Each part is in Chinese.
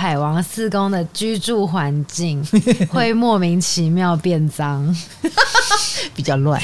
海王四宫的居住环境会莫名其妙变脏， 比较乱。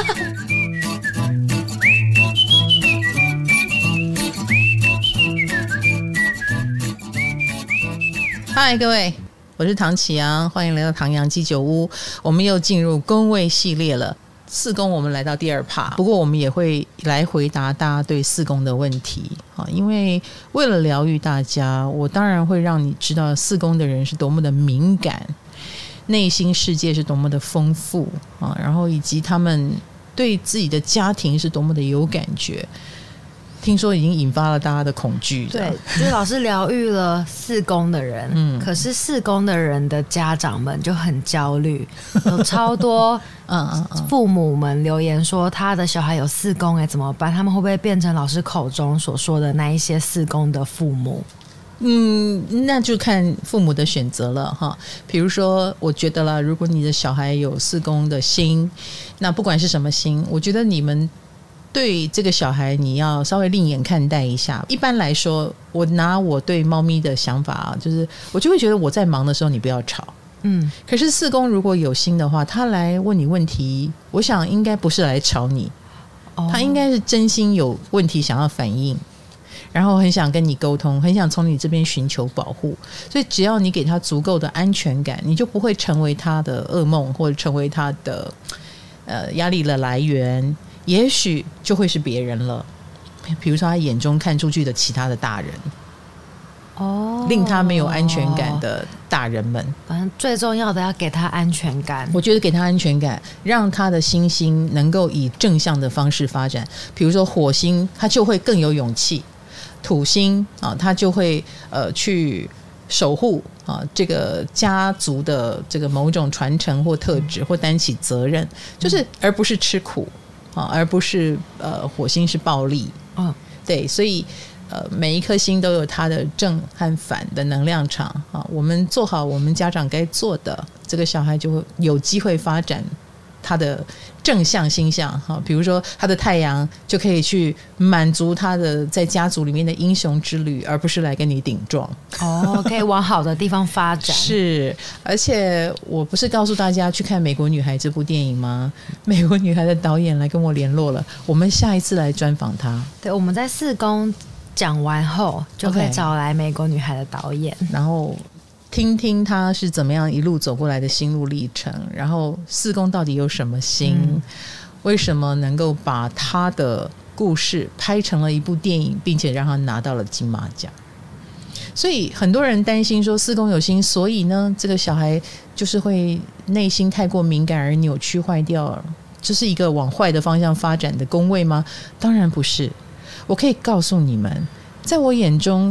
嗨，各位，我是唐启阳，欢迎来到唐阳鸡酒屋。我们又进入宫位系列了，四宫我们来到第2 part， 不过我们也会来回答大家对四宫的问题。因为为了疗愈大家，我当然会让你知道四宫的人是多么的敏感，内心世界是多么的丰富，然后以及他们对自己的家庭是多么的有感觉。听说已经引发了大家的恐惧。 对，就是老师疗愈了四宫的人，可是四宫的人的家长们就很焦虑，有超多父母们留言说他的小孩有四宫怎么办？他们会不会变成老师口中所说的那一些四宫的父母？ 那就看父母的选择了哈。比如说，我觉得啦，如果你的小孩有四宫的星，那不管是什么星，我觉得你们对这个小孩你要稍微另眼看待一下。一般来说，我拿我对猫咪的想法就是我就会觉得我在忙的时候你不要吵。可是四宫如果有心的话，他来问你问题，我想应该不是来吵你，他应该是真心有问题想要反映，然后很想跟你沟通，很想从你这边寻求保护。所以只要你给他足够的安全感，你就不会成为他的噩梦，或者成为他的压力的来源，也许就会是别人了。比如说他眼中看出去的其他的大人，令他没有安全感的大人们。 反正最重要的要给他安全感。 我觉得给他安全感，让他的星星能够以正向的方式发展。比如说火星，他就会更有勇气；土星他就会去守护这个家族的这个某种传承或特质，或担起责任，就是而不是吃苦。而不是火星是暴力。对，所以每一颗星都有它的正和反的能量场。我们做好我们家长该做的，这个小孩就会有机会发展他的正向星象。比如说他的太阳就可以去满足他的在家族里面的英雄之旅，而不是来跟你顶撞。 可以往好的地方发展。 是，而且我不是告诉大家去看《美国女孩》这部电影吗？美国女孩的导演来跟我联络了，我们下一次来专访她。 对，我们在四宫讲完后就可以找来美国女孩的导演， 然后听听他是怎么样一路走过来的心路历程，然后四宫到底有什么星，为什么能够把他的故事拍成了一部电影，并且让他拿到了金马奖。所以很多人担心说四宫有星，所以呢这个小孩就是会内心太过敏感而扭曲坏掉了，就是一个往坏的方向发展的宫位吗？当然不是。我可以告诉你们，在我眼中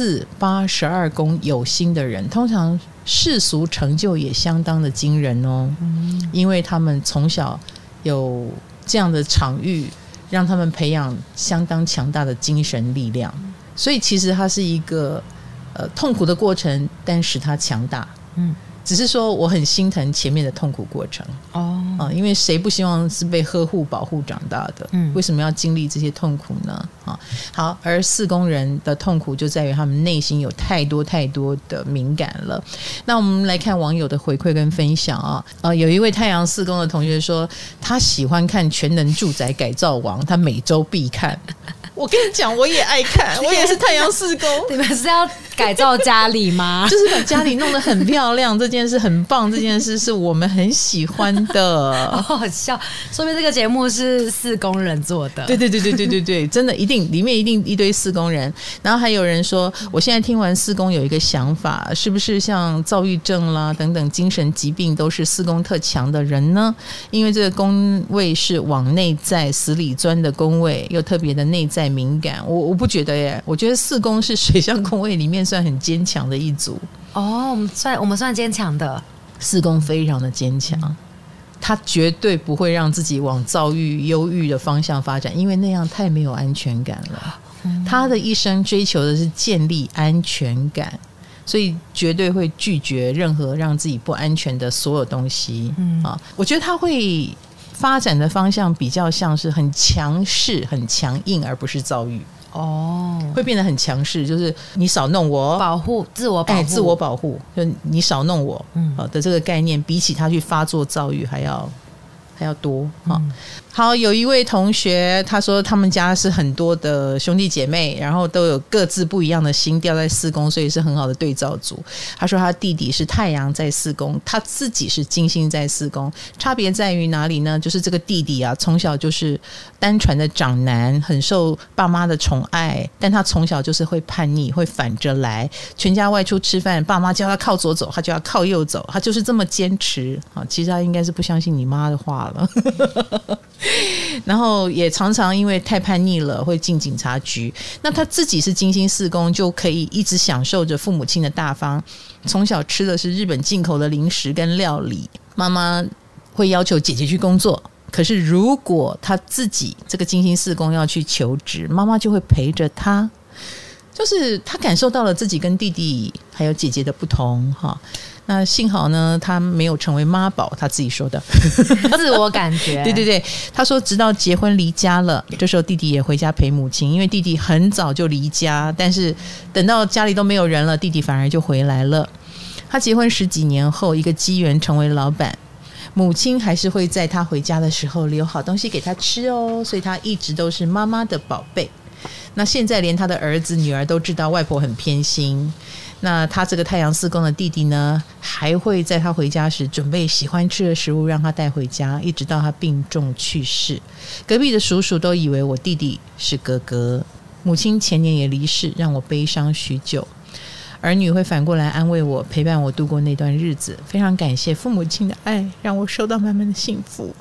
4、8、12宫有星的人，通常世俗成就也相当的惊人哦。因为他们从小有这样的场域，让他们培养相当强大的精神力量。所以其实它是一个痛苦的过程，但使他强大。只是说我很心疼前面的痛苦过程。因为谁不希望是被呵护保护长大的？为什么要经历这些痛苦呢？好，而四宫人的痛苦就在于他们内心有太多太多的敏感了。那我们来看网友的回馈跟分享有一位太阳四宫的同学说，他喜欢看《全能住宅改造王》，他每周必看。我跟你讲，我也爱看，我也是太阳四宫。 你们是要改造家里吗？ 就是把家里弄得很漂亮，这件事很棒，这件事是我们很喜欢的。 好笑，说明这个节目是四宫人做的。 对，真的一定里面一定一堆四宫人。然后还有人说，我现在听完四宫有一个想法，是不是像躁郁症啦等等精神疾病都是四宫特强的人呢？因为这个宫位是往内在死里钻的宫位，又特别的内在敏感。我不觉得耶，我觉得四宫是水象宫位里面算很坚强的一组。 我们算坚强的。 四宫非常的坚强，他绝对不会让自己往躁郁忧郁的方向发展，因为那样太没有安全感了。他的一生追求的是建立安全感，所以绝对会拒绝任何让自己不安全的所有东西。我觉得他会发展的方向比较像是很强势很强硬，而不是躁郁。 会变得很强势，就是你少弄我， 保护自我保护， 自我保护，就你少弄我的这个概念，比起他去发作躁郁还要多。好，有一位同学他说他们家是很多的兄弟姐妹，然后都有各自不一样的星掉在四宫，所以是很好的对照组。他说他弟弟是太阳在四宫，他自己是金星在四宫，差别在于哪里呢？就是这个弟弟啊，从小就是单传的长男，很受爸妈的宠爱，但他从小就是会叛逆，会反着来，全家外出吃饭，爸妈叫他靠左走，他就要靠右走，他就是这么坚持。其实他应该是不相信你妈的话了然后也常常因为太叛逆了会进警察局。那他自己是金星四宫，就可以一直享受着父母亲的大方，从小吃的是日本进口的零食跟料理。妈妈会要求姐姐去工作，可是如果他自己这个金星四宫要去求职，妈妈就会陪着他，就是他感受到了自己跟弟弟还有姐姐的不同哈。那幸好呢，他没有成为妈宝，他自己说的自我感觉对对对，他说直到结婚离家了，这时候弟弟也回家陪母亲，因为弟弟很早就离家，但是等到家里都没有人了，弟弟反而就回来了。他结婚10几年后，一个机缘成为老板，母亲还是会在他回家的时候留好东西给他吃哦，所以他一直都是妈妈的宝贝。那现在连他的儿子女儿都知道外婆很偏心，那他这个太阳四宫的弟弟呢，还会在他回家时准备喜欢吃的食物让他带回家，一直到他病重去世。隔壁的叔叔都以为我弟弟是哥哥，母亲前年也离世，让我悲伤许久。儿女会反过来安慰我，陪伴我度过那段日子，非常感谢父母亲的爱，让我收到满满的幸福。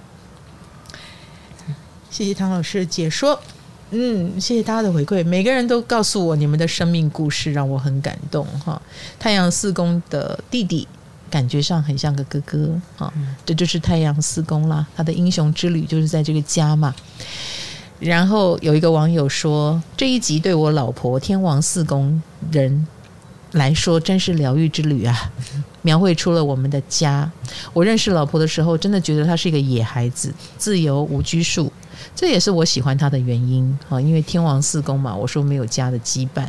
谢谢唐老师的解说。谢谢大家的回馈，每个人都告诉我你们的生命故事，让我很感动哈。太阳四宫的弟弟感觉上很像个哥哥哈，这就是太阳四宫啦，他的英雄之旅就是在这个家嘛。然后有一个网友说，这一集对我老婆天王四宫人来说真是疗愈之旅啊，描绘出了我们的家。我认识老婆的时候真的觉得她是一个野孩子，自由无拘束，这也是我喜欢她的原因，因为天王四宫嘛，我说没有家的羁绊。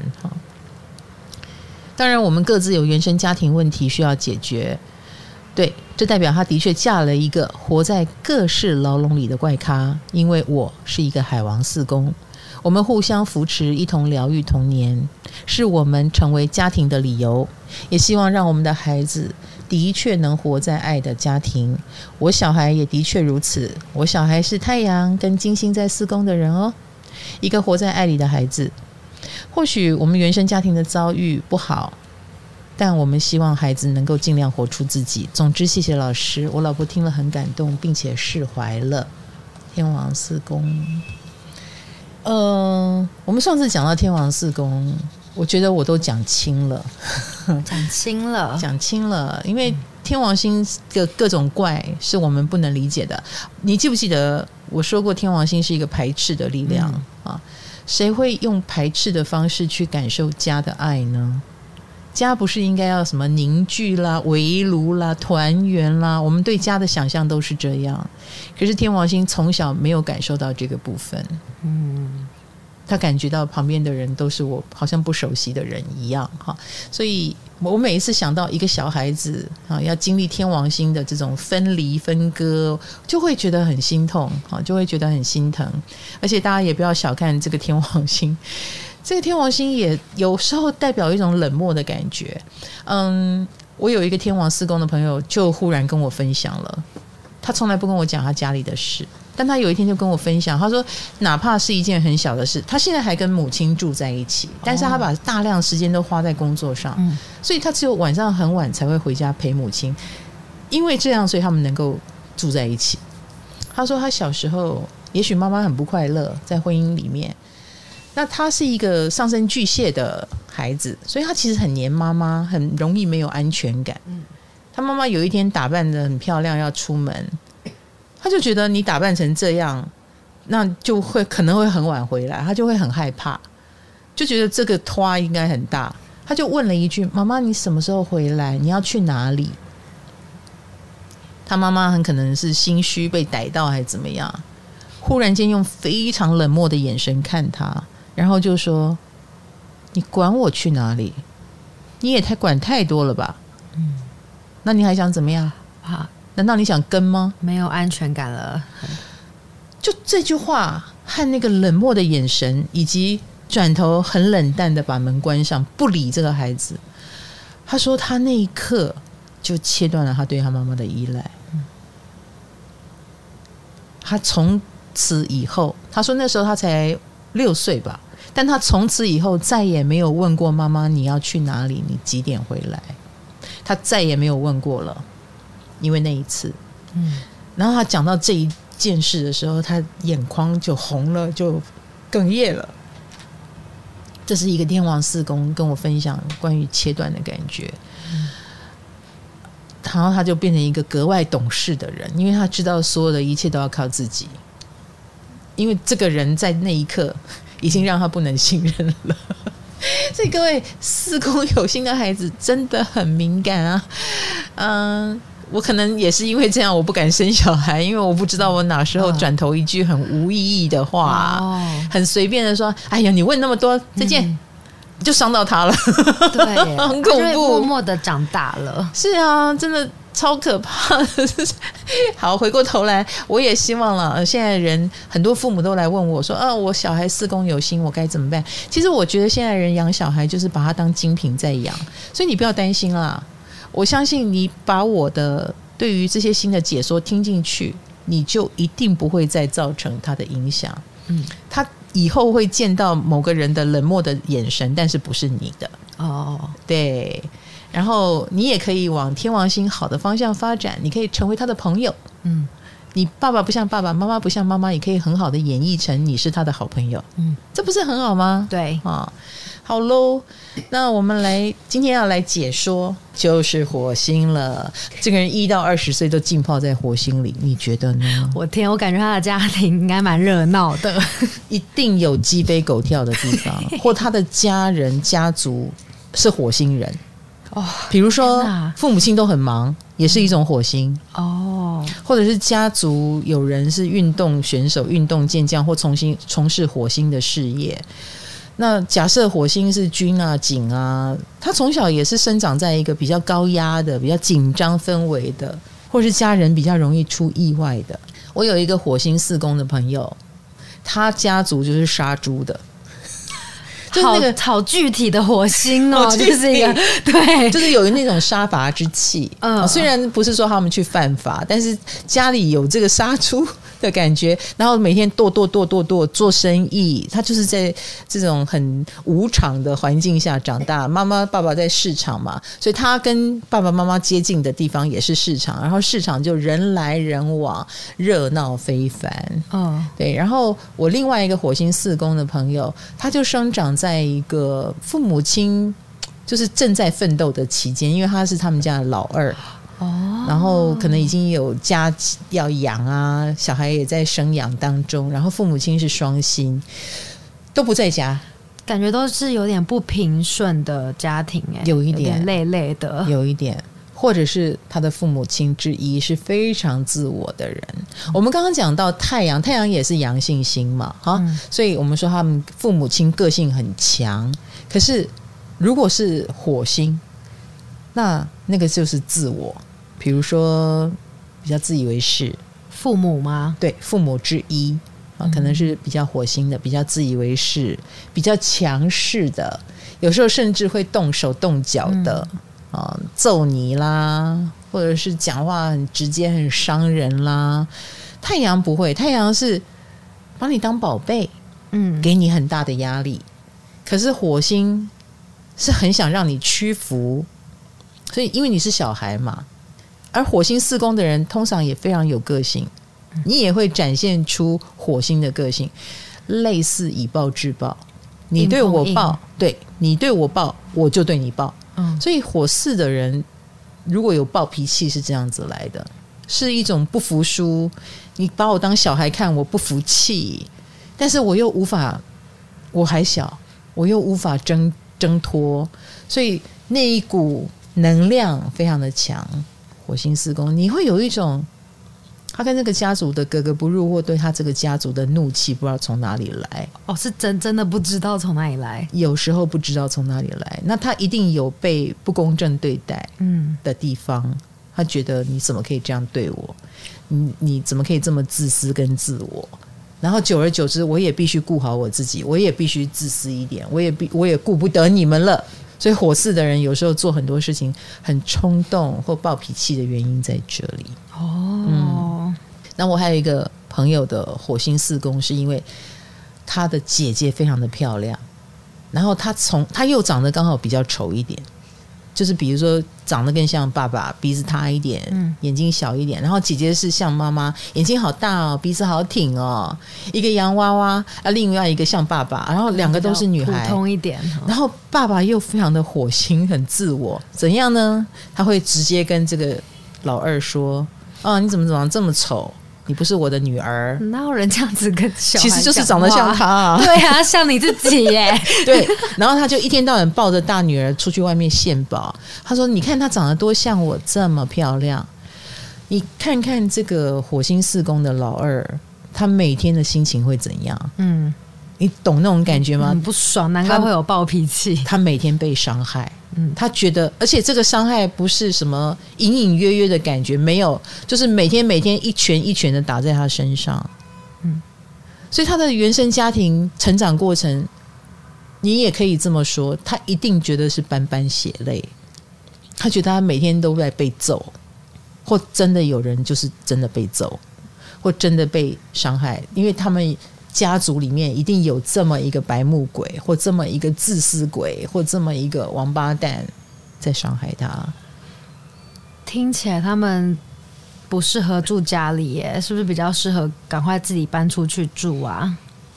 当然我们各自有原生家庭问题需要解决，对，这代表她的确嫁了一个活在各式牢笼里的怪咖，因为我是一个海王四宫，我们互相扶持，一同疗愈童年，是我们成为家庭的理由，也希望让我们的孩子的确能活在爱的家庭。我小孩也的确如此，我小孩是太阳跟金星在四宫的人哦，一个活在爱里的孩子。或许我们原生家庭的遭遇不好，但我们希望孩子能够尽量活出自己。总之谢谢老师，我老婆听了很感动，并且释怀了。天王四宫，我们上次讲到天王四宫，我觉得我都讲清了讲清了，因为天王星的各种怪是我们不能理解的。你记不记得我说过天王星是一个排斥的力量啊？谁会用排斥的方式去感受家的爱呢？家不是应该要什么凝聚啦、围炉啦、团圆啦，我们对家的想象都是这样，可是天王星从小没有感受到这个部分。他感觉到旁边的人都是我好像不熟悉的人一样哈，所以我每一次想到一个小孩子要经历天王星的这种分离分割，就会觉得很心痛，就会觉得很心疼。而且大家也不要小看这个天王星，这个天王星也有时候代表一种冷漠的感觉。我有一个天王四宫的朋友就忽然跟我分享了，他从来不跟我讲他家里的事，但他有一天就跟我分享，他说哪怕是一件很小的事，他现在还跟母亲住在一起，但是他把大量时间都花在工作上，所以他只有晚上很晚才会回家陪母亲，因为这样所以他们能够住在一起。他说他小时候也许妈妈很不快乐在婚姻里面，那他是一个上升巨蟹的孩子，所以他其实很黏妈妈，很容易没有安全感。他妈妈有一天打扮得很漂亮要出门，他就觉得你打扮成这样，那就会可能会很晚回来，他就会很害怕，就觉得这个拖应该很大，他就问了一句：妈妈你什么时候回来？你要去哪里？他妈妈很可能是心虚被逮到还是怎么样，忽然间用非常冷漠的眼神看他， 然后就说：“你管我去哪里？你也管太多了吧？那你还想怎么样？难道你想跟吗？ 没有安全感了。” 就这句话和那个冷漠的眼神，以及转头很冷淡的把门关上，不理这个孩子。他说他那一刻就切断了他对他妈妈的依赖。他从此以后，他说那时候他才6岁吧，但他从此以后再也没有问过妈妈你要去哪里，你几点回来，他再也没有问过了，因为那一次。然后他讲到这一件事的时候，他眼眶就红了，就哽咽了。这是一个天王四公跟我分享关于切断的感觉。然后他就变成一个格外懂事的人，因为他知道所有的一切都要靠自己，因为这个人在那一刻已经让他不能信任了。所以各位四公有心的孩子真的很敏感啊。我可能也是因为这样我不敢生小孩，因为我不知道我哪时候转头一句很无意义的话，很随便的说哎呀你问那么多再见，就伤到他了。 对， 很恐怖， 默默的长大了。 是啊，真的超可怕的。好，回过头来我也希望了，现在人很多父母都来问我说我小孩四公有心我该怎么办。其实我觉得现在人养小孩就是把他当精品在养，所以你不要担心啦。我相信你把我的对于这些新的解说听进去，你就一定不会再造成他的影响。他以后会见到某个人的冷漠的眼神，但是不是你的。对，然后你也可以往天王星好的方向发展，你可以成为他的朋友。你爸爸不像爸爸，妈妈不像妈妈，也可以很好的演绎成你是他的好朋友。这不是很好吗？ 对好咯，那我们今天要来解说就是火星了。这个人1到20岁都浸泡在火星里，你觉得呢？我天，我感觉他的家庭应该蛮热闹的。 一定有鸡飞狗跳的地方，或他的家人家族是火星人。比如说父母亲都很忙，也是一种火星。或者是家族有人是运动选手、运动健将，或从事火星的事业。那假设火星是君啊、景啊，他从小也是生长在一个比较高压的、比较紧张氛围的，或是家人比较容易出意外的。我有一个火星四宫的朋友，他家族就是杀猪的。就是那个好具体的火星就是一个对， 就是有那种杀伐之气。虽然不是说他们去犯法，但是家里有这个杀猪的感觉，然后每天剁做生意。他就是在这种很无常的环境下长大，妈妈爸爸在市场嘛，所以他跟爸爸妈妈接近的地方也是市场，然后市场就人来人往，热闹非凡。对。然后我另外一个火星四宫的朋友，他就生长在一个父母亲就是正在奋斗的期间，因为他是他们家的老二。然后可能已经有家要养啊，小孩也在生养当中，然后父母亲是双薪，都不在家， 感觉都是有点不平顺的家庭。 有一点累累的， 有一点。或者是他的父母亲之一是非常自我的人。我们刚刚讲到太阳也是阳性星嘛，所以我们说他们父母亲个性很强。可是如果是火星，那个就是自我，比如说比较自以为是。 父母吗？ 对，父母之一可能是比较火星的，比较自以为是，比较强势的，有时候甚至会动手动脚的。揍你啦，或者是讲话很直接很伤人啦。太阳不会，太阳是把你当宝贝，给你很大的压力。可是火星是很想让你屈服，所以因为你是小孩嘛，而火星四宫的人通常也非常有个性，你也会展现出火星的个性，类似以暴制暴。你对我暴，对，你对我暴，我就对你暴。所以火四的人如果有暴脾气是这样子来的，是一种不服输，你把我当小孩看，我不服气，但是我又无法，我还小，我又无法挣脱，所以那一股能量非常的强。火星四宫你会有一种他跟这个家族的格格不入，或对他这个家族的怒气不知道从哪里来。 是真的不知道从哪里来， 有时候不知道从哪里来，那他一定有被不公正对待的地方，他觉得你怎么可以这样对我，你怎么可以这么自私跟自我，然后久而久之我也必须顾好我自己，我也必须自私一点，我也顾不得你们了。所以火4的人有时候做很多事情很冲动或暴脾气的原因在这里。那我还有一个朋友的火星4宫，是因为他的姐姐非常的漂亮，然后他又长得刚好比较丑一点，就是比如说长得更像爸爸，鼻子塌一点，眼睛小一点，然后姐姐是像妈妈，眼睛好大哦，鼻子好挺哦，一个洋娃娃另外一个像爸爸，然后2个都是女孩， 普通一点， 然后爸爸又非常的火星，很自我，怎样呢？他会直接跟这个老2说你怎么长得这么丑，你不是我的女儿。 哪有人这样子跟小孩讲话？ 其实就是长得像他对啊，像你自己耶。 对，然后他就一天到晚抱着大女儿出去外面献宝。他说你看她长得多像我，这么漂亮。你看看这个火星4宫的老2，他每天的心情会怎样？你懂那种感觉吗？ 很不爽，难怪会有暴脾气。 他每天被伤害，他觉得，而且这个伤害不是什么隐隐约约的感觉，没有，就是每天一拳一拳的打在他身上。所以他的原生家庭成长过程，你也可以这么说，他一定觉得是斑斑血泪。他觉得他每天都在被揍，或真的有人就是真的被揍，或真的被伤害，因为他们家族里面一定有这么一个白目鬼，或这么一个自私鬼，或这么一个王八蛋在伤害他。 听起来他们不适合住家里耶，是不是比较适合赶快自己搬出去住啊？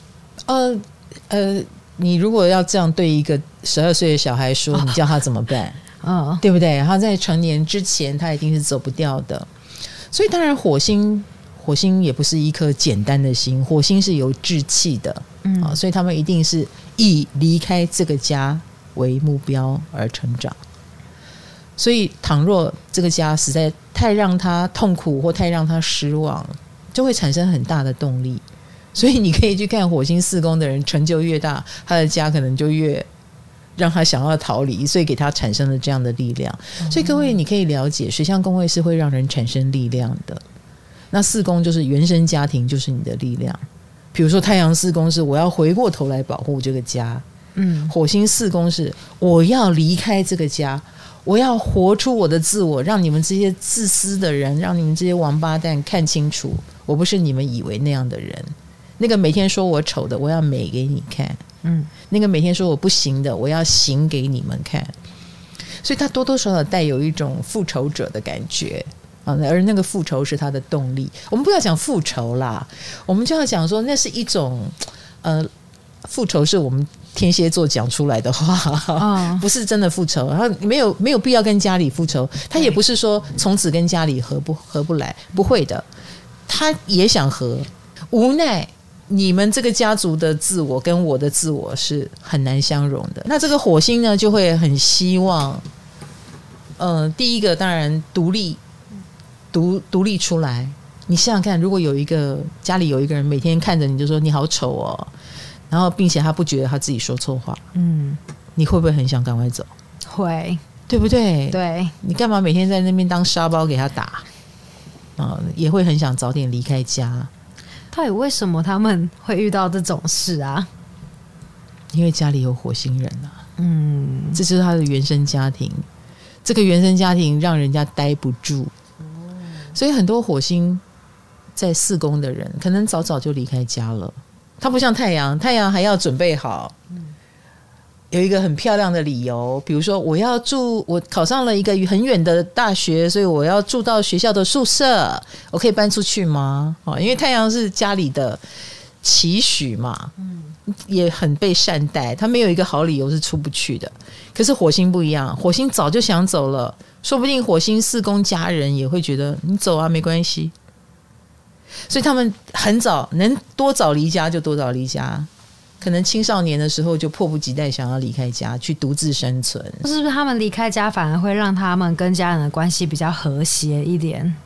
你如果要这样对一个12岁的小孩说，你叫他怎么办？对不对？他在成年之前他一定是走不掉的。所以当然火星也不是一颗简单的心，火星是有志气的，所以他们一定是以离开这个家为目标而成长。所以倘若这个家实在太让他痛苦或太让他失望，就会产生很大的动力。所以你可以去看火星4宫的人，成就越大，他的家可能就越让他想要逃离，所以给他产生了这样的力量。所以各位你可以了解，水象宫位是会让人产生力量的。那4宫就是原生家庭，就是你的力量。比如说太阳4宫是我要回过头来保护这个家，火星4宫是我要离开这个家，我要活出我的自我，让你们这些自私的人，让你们这些王八蛋看清楚，我不是你们以为那样的人。那个每天说我丑的，我要美给你看，那个每天说我不行的，我要行给你们看。所以他多多少少带有一种复仇者的感觉，而那个复仇是他的动力。我们不要讲复仇啦，我们就要讲说那是一种复仇是我们天蝎座讲出来的话，不是真的复仇。然后没有必要跟家里复仇，他也不是说从此跟家里合不来，不会的，他也想和，无奈你们这个家族的自我跟我的自我是很难相容的。那这个火星呢，就会很希望，第一个当然独立出来。你想想看，如果家里有一个人每天看着你就说你好丑哦，然后并且他不觉得他自己说错话，你会不会很想赶快走？ 会， 对不对？ 对， 你干嘛每天在那边当沙包给他打？也会很想早点离开家。 到底为什么他们会遇到这种事啊？ 因为家里有火星人啊，这就是他的原生家庭。这个原生家庭让人家待不住，所以很多火星在4宫的人可能早早就离开家了。他不像太阳还要准备好，有一个很漂亮的理由，比如说我考上了一个很远的大学，所以我要住到学校的宿舍，我可以搬出去吗？因为太阳是家里的期许嘛，也很被善待，他没有一个好理由是出不去的。可是火星不一样，火星早就想走了，说不定火星4宫家人也会觉得你走啊没关系，所以他们很早能多早离家就多早离家，可能青少年的时候就迫不及待想要离开家去独自生存。 是不是他们离开家反而会让他们跟家人的关系比较和谐一点？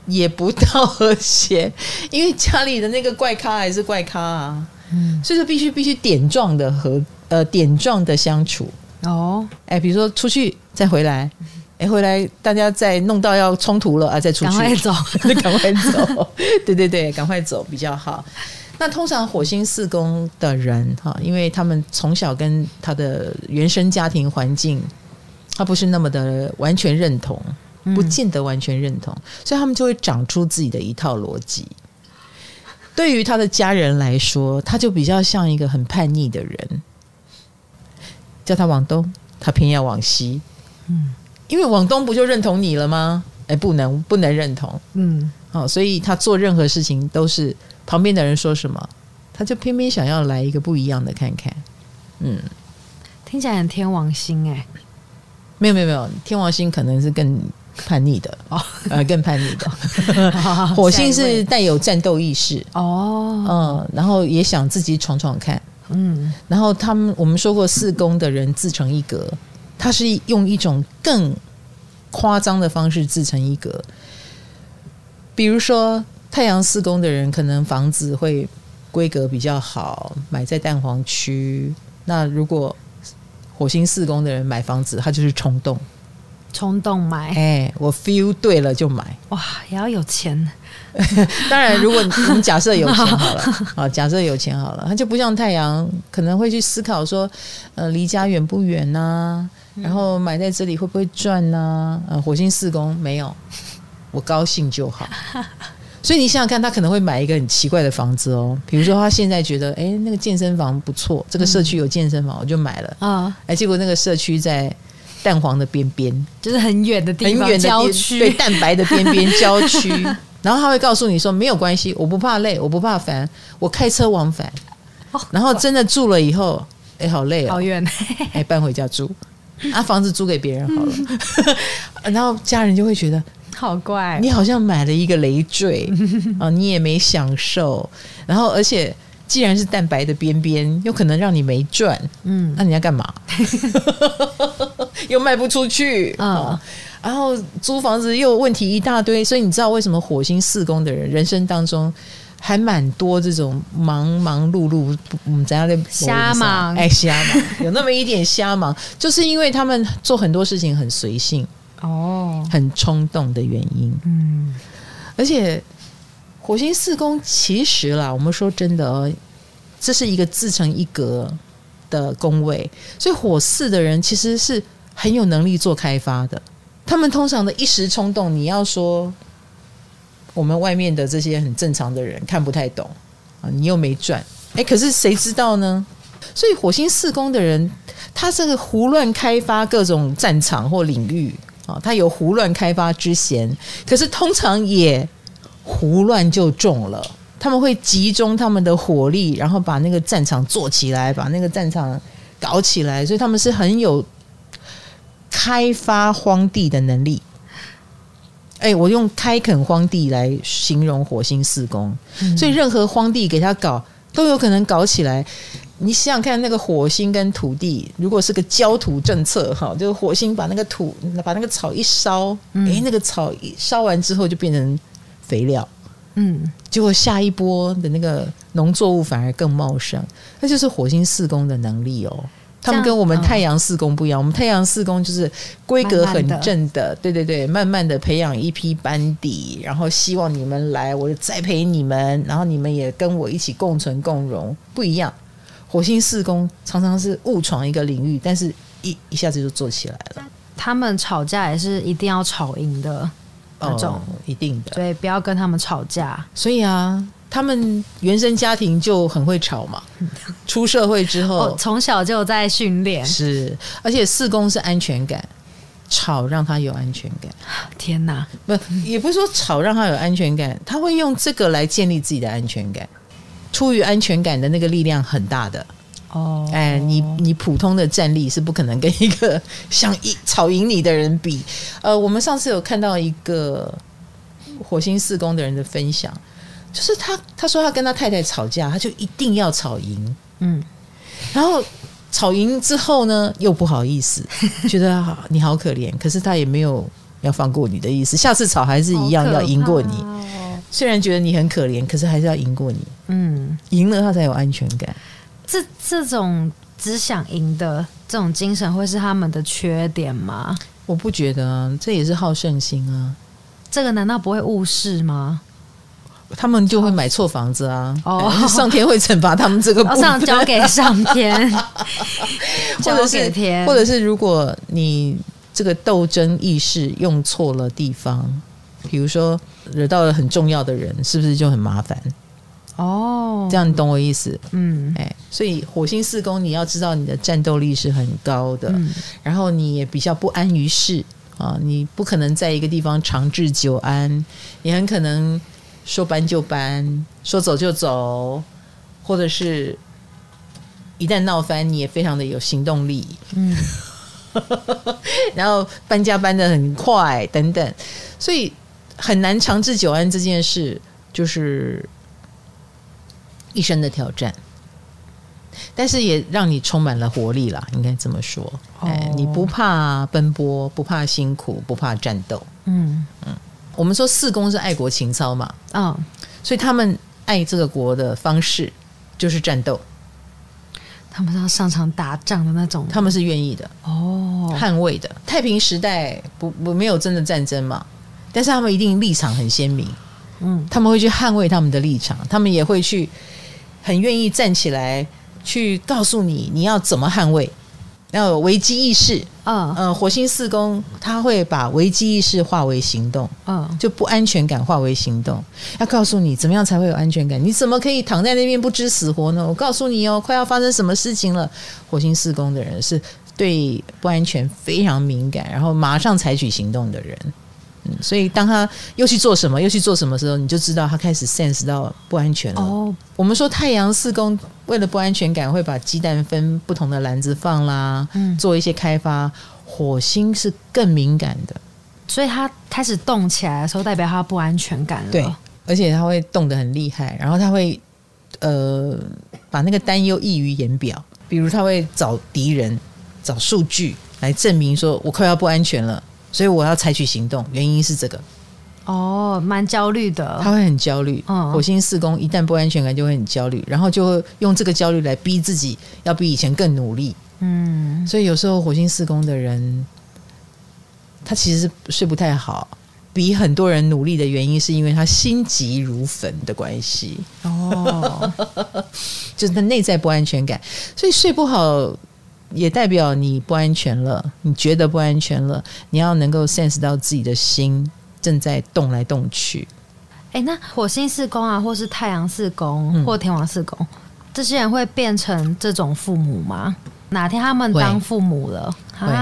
也不到和谐，因为家里的那个怪咖还是怪咖啊，所以说必须点状的相处哦。比如说出去再回来，回来大家再弄到要冲突了啊，再出去，赶快走， 赶快走，对，赶快走比较好。那通常火星4宫的人因为他们从小跟他的原生家庭环境，他不是那么的完全认同，不见得完全认同，所以他们就会长出自己的一套逻辑。对于他的家人来说，他就比较像一个很叛逆的人，叫他往东，他偏要往西。因为往东不就认同你了吗？不能认同。所以他做任何事情都是旁边的人说什么，他就偏偏想要来一个不一样的看看。 听起来很天王星没有，天王星可能是更叛逆的更叛逆的。火星是带有战斗意识然后也想自己闯闯看。然后我们说过4宫的人自成一格，他是用一种更夸张的方式自成一格。比如说太阳4宫的人可能房子会规格比较好，买在蛋黄区。那如果火星4宫的人买房子，他就是冲动买，我 feel 对了就买。哇， 也要有钱。 当然如果我们假设有钱好了假设有钱好了，他就不像太阳可能会去思考说离家远不远啊，然后买在这里会不会赚啊。火星4宫没有，我高兴就好。所以你想想看，他可能会买一个很奇怪的房子比如说他现在觉得那个健身房不错，这个社区有健身房我就买了结果那个社区在蛋黄的边边， 就是很远的地方，很远的郊区， 对，蛋白的边边郊区。然后他会告诉你说没有关系，我不怕累，我不怕烦，我开车往返。然后真的住了以后好累好远搬回家住房子租给别人好了然后家人就会觉得好怪你好像买了一个累赘你也没享受，然后而且既然是蛋白的边边，有可能让你没赚那你要干嘛又卖不出去然后租房子又问题一大堆。所以你知道为什么火星4宫的人人生当中还蛮多这种忙碌碌怎样的瞎忙有那么一点瞎忙，就是因为他们做很多事情很随性很冲动的原因。而且火星4宫其实啦，我们说真的这是一个自成一格的宫位，所以火4的人其实是很有能力做开发的。他们通常的一时冲动，你要说我们外面的这些很正常的人看不太懂你又没赚可是谁知道呢？所以火星4宫的人他这个胡乱开发各种战场或领域他有胡乱开发之嫌，可是通常也胡乱就中了。他们会集中他们的火力，然后把那个战场做起来，把那个战场搞起来，所以他们是很有开发荒地的能力。我用开垦荒地来形容火星4宫所以任何荒地给他搞都有可能搞起来。你想想看，那个火星跟土地如果是个焦土政策就是火星把那个草一烧那个草一烧完之后就变成肥料结果下一波的那个农作物反而更茂盛。那就是火星4宫的能力他们跟我们太阳4宫不一样，我们太阳4宫就是规格很正的，对，慢慢的培养一批班底，然后希望你们来，我栽培你们，然后你们也跟我一起共存共荣。不一样，火星4宫常常是误闯一个领域，但是一下子就做起来了。 他们吵架也是一定要吵赢的那种一定的， 所以不要跟他们吵架。 所以他们原生家庭就很会吵嘛，出社会之后从小就在训练。 是，而且4宫是安全感，吵让他有安全感。 天哪， 也不是说吵让他有安全感，他会用这个来建立自己的安全感。出于安全感的那个力量很大的你普通的战力是不可能跟一个想吵赢你的人比。我们上次有看到一个火星4宫的人的分享，就是他说他跟他太太吵架，他就一定要吵赢然后吵赢之后呢又不好意思觉得你好可怜，可是他也没有要放过你的意思，下次吵还是一样要赢过你。虽然觉得你很可怜，可是还是要赢过你。赢了他才有安全感。 这种只想赢的这种精神会是他们的缺点吗？ 我不觉得啊，这也是好胜心啊。这个难道不会误事吗？ 他们就会买错房子啊！上天会惩罚他们这个部分， 交给上天，交给天， 或者是如果你这个斗争意识用错了地方，比如说惹到了很重要的人，是不是就很麻烦？这样你懂我意思？所以火星4宫你要知道你的战斗力是很高的，然后你也比较不安于世啊，你不可能在一个地方长治久安，你很可能说搬就搬，说走就走，或者是一旦闹翻你也非常的有行动力，然后搬家搬得很快等等，所以很难长治久安这件事就是一生的挑战，但是也让你充满了活力啦，应该这么说。你不怕奔波，不怕辛苦，不怕战斗。我们说4宫是爱国情操嘛，所以他们爱这个国的方式就是战斗， 他们是要上场打仗的那种， 他们是愿意的捍卫的。太平时代没有真的战争嘛，但是他们一定立场很鲜明，他们会去捍卫他们的立场，他们也会去很愿意站起来去告诉你你要怎么捍卫，要有危机意识。火星4宫他会把危机意识化为行动，就不安全感化为行动，要告诉你怎么样才会有安全感，你怎么可以躺在那边不知死活呢？我告诉你快要发生什么事情了。火星4宫的人是对不安全非常敏感，然后马上采取行动的人。所以当他又去做什么的时候，你就知道他开始 sense 到不安全了。我们说太阳4宫为了不安全感会把鸡蛋分不同的篮子放啦，做一些开发。火星是更敏感的， 所以他开始动起来的时候代表他不安全感了。 对，而且他会动得很厉害，然后他会把那个担忧溢于言表，比如他会找敌人找数据来证明说我快要不安全了，所以我要采取行动，原因是这个。 蛮焦虑的， 他会很焦虑。火星4宫一旦不安全感就会很焦虑，然后就会用这个焦虑来逼自己要比以前更努力。所以有时候火星4宫的人他其实睡不太好，比很多人努力的原因是因为他心急如焚的关系。就是他内在不安全感，所以睡不好也代表你不安全了，你觉得不安全了，你要能够 sense 到自己的心正在动来动去。 那火星4宫啊，或是太阳4宫，或天王4宫，这些人会变成这种父母吗？哪天他们当父母了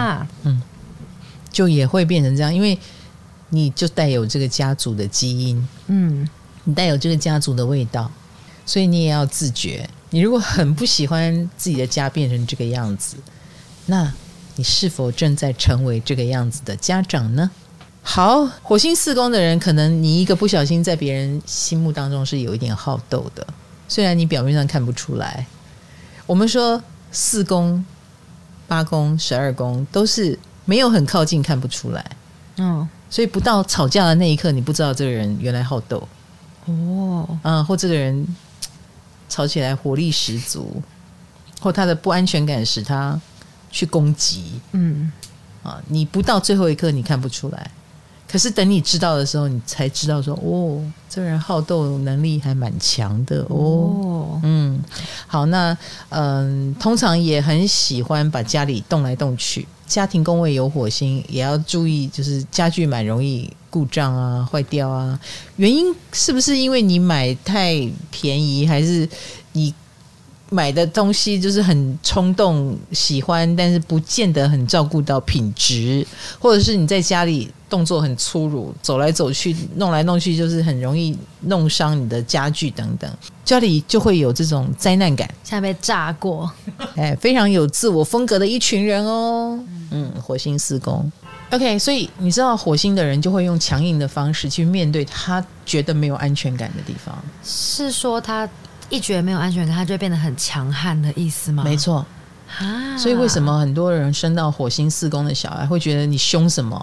就也会变成这样，因为你就带有这个家族的基因，你带有这个家族的味道，所以你也要自觉。你如果很不喜欢自己的家变成这个样子，那你是否正在成为这个样子的家长呢？好，火星4宫的人，可能你一个不小心在别人心目当中是有一点好斗的，虽然你表面上看不出来。我们说4宫、8宫、12宫都是没有很靠近看不出来，所以不到吵架的那一刻你不知道这个人原来好斗或这个人吵起来活力十足，或他的不安全感使他去攻击，你不到最后一刻你看不出来，可是等你知道的时候你才知道说这个人好斗能力还蛮强的好，那通常也很喜欢把家里动来动去，家庭宫位有火星也要注意，就是家具蛮容易故障啊坏掉啊，原因是不是因为你买太便宜，还是你买的东西就是很冲动喜欢，但是不见得很照顾到品质，或者是你在家里动作很粗鲁，走来走去弄来弄去，就是很容易弄伤你的家具等等，家里就会有这种灾难感， 像被炸过非常有自我风格的一群人火星4宫 OK， 所以你知道火星的人就会用强硬的方式去面对他觉得没有安全感的地方， 是说他一觉得没有安全感他就会变得很强悍的意思吗？ 没错所以为什么很多人生到火星4宫的小孩会觉得你凶什么，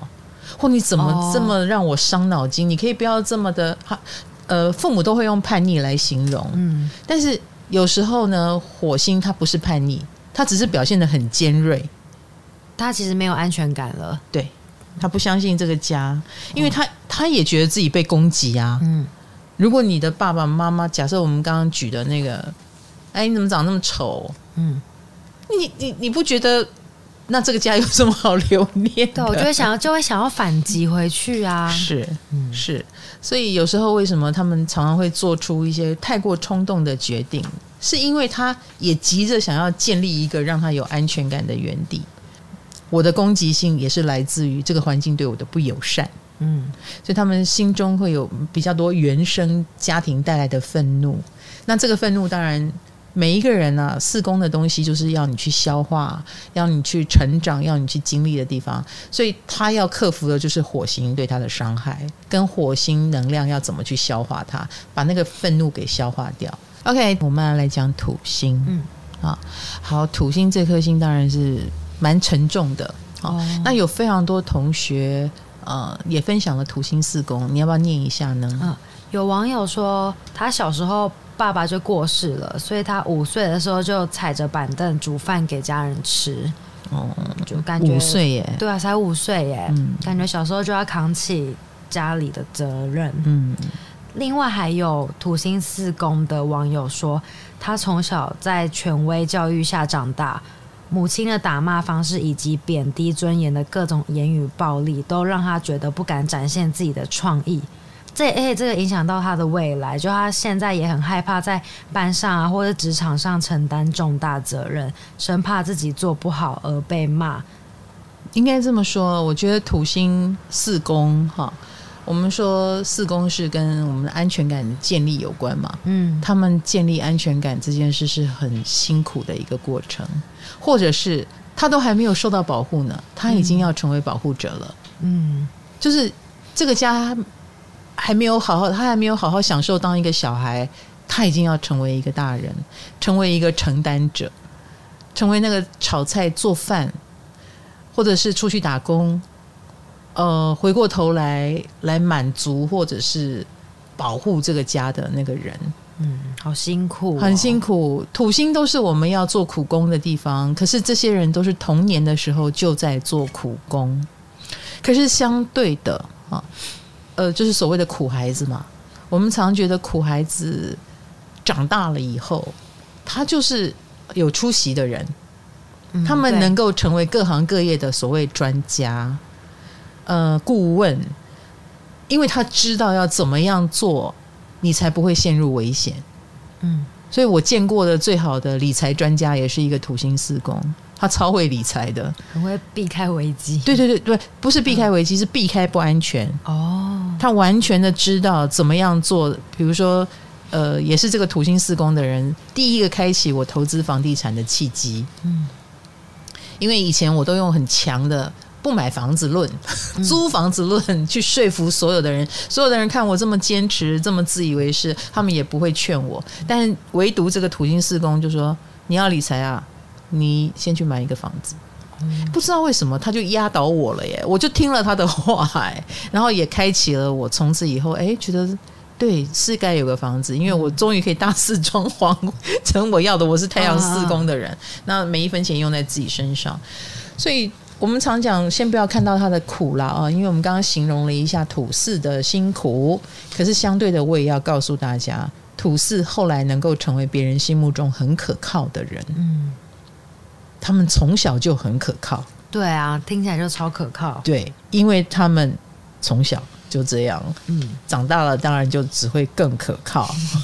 或你怎么这么让我伤脑筋？你可以不要这么的，父母都会用叛逆来形容，但是有时候呢，火星他不是叛逆，他只是表现得很尖锐， 他其实没有安全感了， 对，他不相信这个家，因为他也觉得自己被攻击啊。如果你的爸爸妈妈，假设我们刚刚举的那个，哎，你怎么长那么丑？你不觉得那这个家有什么好留恋的？ 对，我就会想要反击回去啊。 是，所以有时候为什么他们常常会做出一些太过冲动的决定，是因为他也急着想要建立一个让他有安全感的原地。我的攻击性也是来自于这个环境对我的不友善。所以他们心中会有比较多原生家庭带来的愤怒。那这个愤怒当然每一个人啊，四宫的东西就是要你去消化，要你去成长，要你去经历的地方，所以他要克服的就是火星对他的伤害，跟火星能量要怎么去消化它，把那个愤怒给消化掉。 OK， 我们要来讲土星。好，土星这颗星当然是蛮沉重的。那有非常多同学也分享了土星四宫，你要不要念一下呢？ 有网友说他小时候爸爸就过世了，所以他5岁的时候就踩着板凳煮饭给家人吃。就感觉5 岁耶， 对啊，才5岁耶，感觉小时候就要扛起家里的责任。另外还有土星四宫的网友说，他从小在权威教育下长大，母亲的打骂方式以及贬低尊严的各种言语暴力，都让他觉得不敢展现自己的创意。这个影响到他的未来，就他现在也很害怕在班上啊或者职场上承担重大责任，生怕自己做不好而被骂。 应该这么说，我觉得土星四宫我们说四宫是跟我们的安全感建立有关嘛，他们建立安全感这件事是很辛苦的一个过程，或者是他都还没有受到保护呢，他已经要成为保护者了。就是这个家他还没有好好享受当一个小孩，他已经要成为一个大人，成为一个承担者，成为那个炒菜做饭，或者是出去打工，回过头来满足或者是保护这个家的那个人。 好辛苦很辛苦。土星都是我们要做苦工的地方，可是这些人都是童年的时候就在做苦工。可是相对的就是所谓的苦孩子嘛，我们常觉得苦孩子长大了以后，他就是有出息的人，他们能够成为各行各业的所谓专家、顾问，因为他知道要怎么样做，你才不会陷入危险。所以我见过的最好的理财专家也是一个土星四宫，他超会理财的， 很会避开危机。 对，不是避开危机，是避开不安全。他完全的知道怎么样做。比如说也是这个土星四宫的人第一个开启我投资房地产的契机。因为以前我都用很强的不买房子论、租房子论去说服所有的人，所有的人看我这么坚持，这么自以为是，他们也不会劝我。但唯独这个土星四宫就说，你要理财啊，你先去买一个房子。不知道为什么他就压倒我了耶，我就听了他的话然后也开启了我从此以后觉得对，是该有个房子，因为我终于可以大肆装潢成我要的。我是太阳四宫的人，那每一分钱用在自己身上。所以我们常讲先不要看到他的苦啦因为我们刚刚形容了一下土四的辛苦，可是相对的我也要告诉大家，土四后来能够成为别人心目中很可靠的人。他们从小就很可靠。 对啊，听起来就超可靠。 对，因为他们从小就这样，长大了当然就只会更可靠。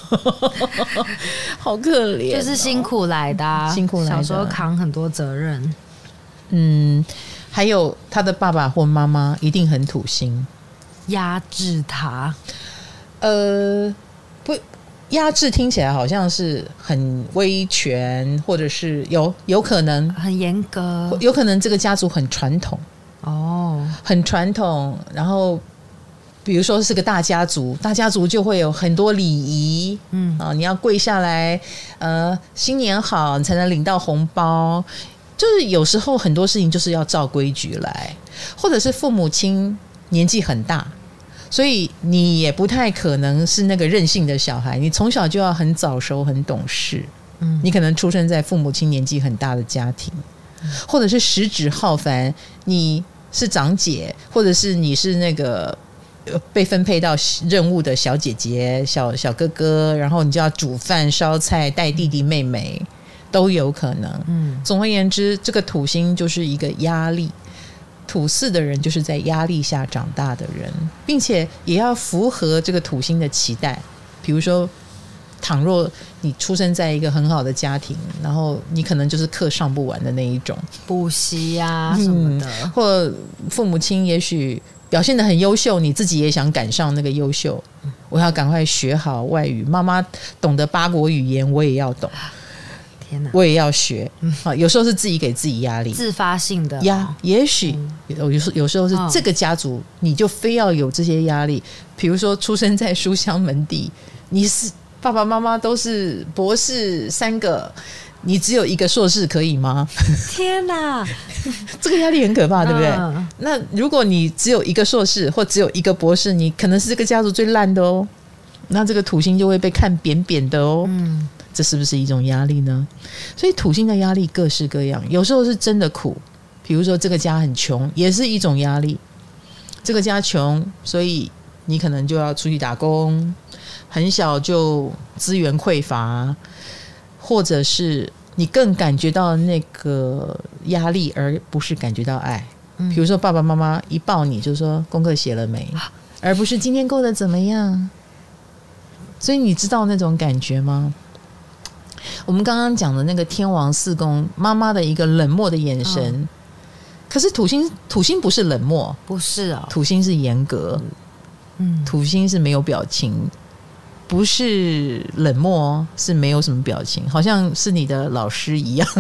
好可怜就是辛苦来的辛苦来的， 小时候扛很多责任。 还有他的爸爸或妈妈一定很土星， 压制他。 不，压制听起来好像是很威权，或者是有可能很严格， 有可能这个家族很传统很传统，然后比如说是个大家族，大家族就会有很多礼仪，你要跪下来，新年好，你才能领到红包。就是有时候很多事情就是要照规矩来，或者是父母亲年纪很大，所以你也不太可能是那个任性的小孩，你从小就要很早熟很懂事。你可能出生在父母亲年纪很大的家庭，或者是食指浩繁，你是长姐，或者是你是那个被分配到任务的小姐姐、小哥哥，然后你就要煮饭烧菜带弟弟妹妹，都有可能。总而言之，这个土星就是一个压力，土4的人就是在压力下长大的人，并且也要符合这个土星的期待。比如说倘若你出生在一个很好的家庭，然后你可能就是课上不完的那一种， 补习啊什么的， 或父母亲也许表现得很优秀，你自己也想赶上那个优秀，我要赶快学好外语，妈妈懂得8国语言我也要懂， 天哪， 我也要学。有时候是自己给自己压力， 自发性的呀，也许有时候是这个家族你就非要有这些压力。比如说出生在书香门第，你是爸爸妈妈都是博士3个，你只有1个硕士可以吗？ 天哪， 这个压力很可怕，对不对？那如果你只有1个硕士或只有1个博士，你可能是这个家族最烂的哦，那这个土星就会被看扁扁的哦。这是不是一种压力呢？所以土星的压力各式各样，有时候是真的苦，比如说这个家很穷，也是一种压力。这个家穷，所以你可能就要出去打工，很小就资源匮乏，或者是你更感觉到那个压力，而不是感觉到爱。比如说爸爸妈妈一抱你就说功课写了没，而不是今天过得怎么样。所以你知道那种感觉吗？我们刚刚讲的那个天王4宫妈妈的一个冷漠的眼神，可是土星不是冷漠， 不是啊， 土星是严格，土星是没有表情，不是冷漠，是没有什么表情，好像是你的老师一样。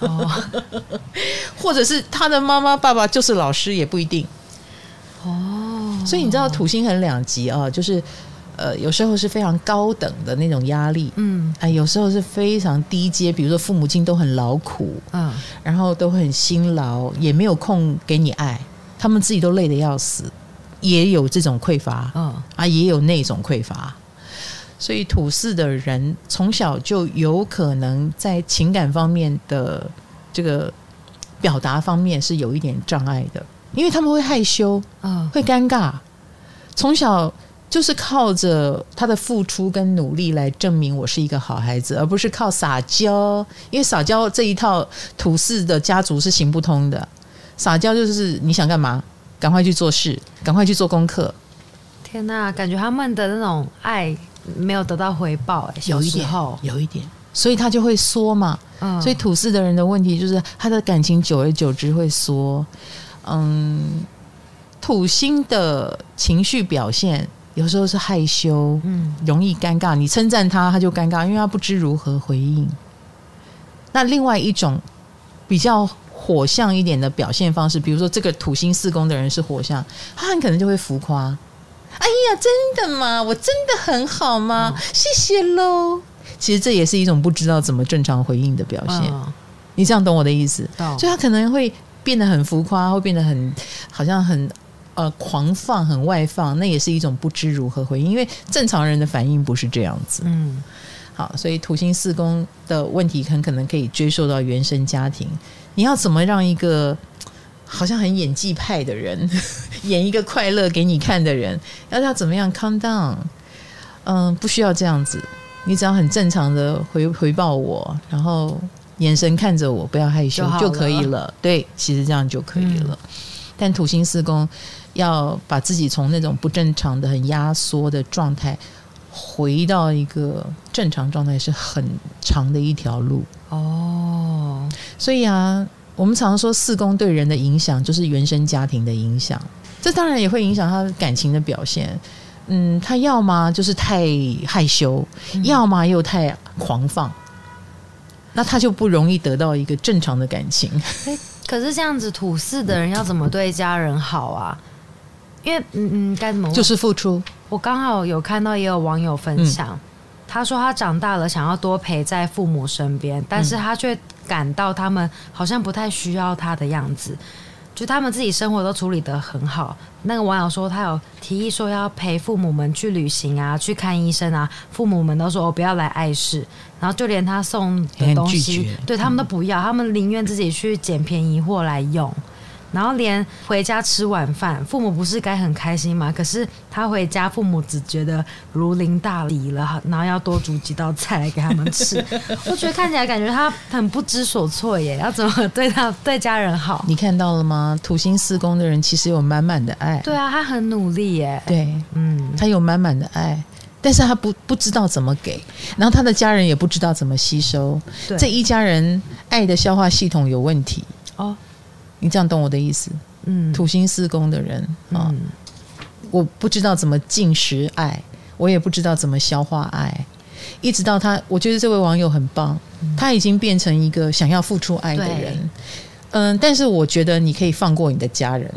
或者是他的妈妈爸爸就是老师也不一定。所以你知道土星很两极啊，就是有时候是非常高等的那种压力，有时候是非常低阶，比如说父母亲都很劳苦，然后都很辛劳，也没有空给你爱，他们自己都累得要死，也有这种匮乏，也有那种匮乏。所以土4的人从小就有可能在情感方面的这个表达方面是有一点障碍的，因为他们会害羞，会尴尬，从小就是靠着他的付出跟努力来证明我是一个好孩子，而不是靠撒娇。因为撒娇这一套土4的家族是行不通的，撒娇就是你想干嘛赶快去做事，赶快去做功课。 天哪，感觉他们的那种爱没有得到回报，小时候有一点，所以他就会缩嘛。所以土4的人的问题就是他的感情久而久之会缩。土星的情绪表现有时候是害羞，容易尴尬，你称赞他他就尴尬，因为他不知如何回应。那另外一种比较火象一点的表现方式，比如说这个土星4宫的人是火象，他很可能就会浮夸，哎呀真的吗？我真的很好吗？谢谢咯。其实这也是一种不知道怎么正常回应的表现，你这样懂我的意思？所以他可能会变得很浮夸，会变得很好像很狂放，很外放，那也是一种不知如何回应，因为正常人的反应不是这样子。好，所以土星4宫的问题很可能可以追溯到原生家庭。你要怎么让一个好像很演技派的人演一个快乐给你看的人，要怎么样 calm down？ 不需要这样子，你只要很正常的回报我，然后眼神看着我，不要害羞就可以了。对，其实这样就可以了。但土星4宫要把自己从那种不正常的很压缩的状态回到一个正常状态是很长的一条路。所以啊，我们常说4宫对人的影响就是原生家庭的影响，这当然也会影响他感情的表现。他要么就是太害羞，要么又太狂放，那他就不容易得到一个正常的感情。 可是这样子土4的人要怎么对家人好啊？因为该怎么问？ 就是付出。 我刚好有看到也有网友分享，他说他长大了想要多陪在父母身边，但是他却感到他们好像不太需要他的样子， 就他们自己生活都处理得很好。那个网友说他有提议说要陪父母们去旅行啊，去看医生啊，父母们都说我不要来碍事，然后就连他送的东西对他们都不要，他们宁愿自己去捡便宜货来用。然后连回家吃晚饭，父母不是该很开心吗？可是他回家，父母只觉得如临大敌了，然后要多煮几道菜来给他们吃。我觉得看起来感觉他很不知所措耶，要怎么对家人好？ 你看到了吗？土星4宫的人其实有满满的爱。 对啊，他很努力耶。 对，他有满满的爱。但是他不知道怎么给，然后他的家人也不知道怎么吸收，这一家人爱的消化系统有问题哦。你这样懂我的意思？土星4宫的人我不知道怎么进食爱，我也不知道怎么消化爱，一直到他，我觉得这位网友很棒，他已经变成一个想要付出爱的人。但是我觉得你可以放过你的家人。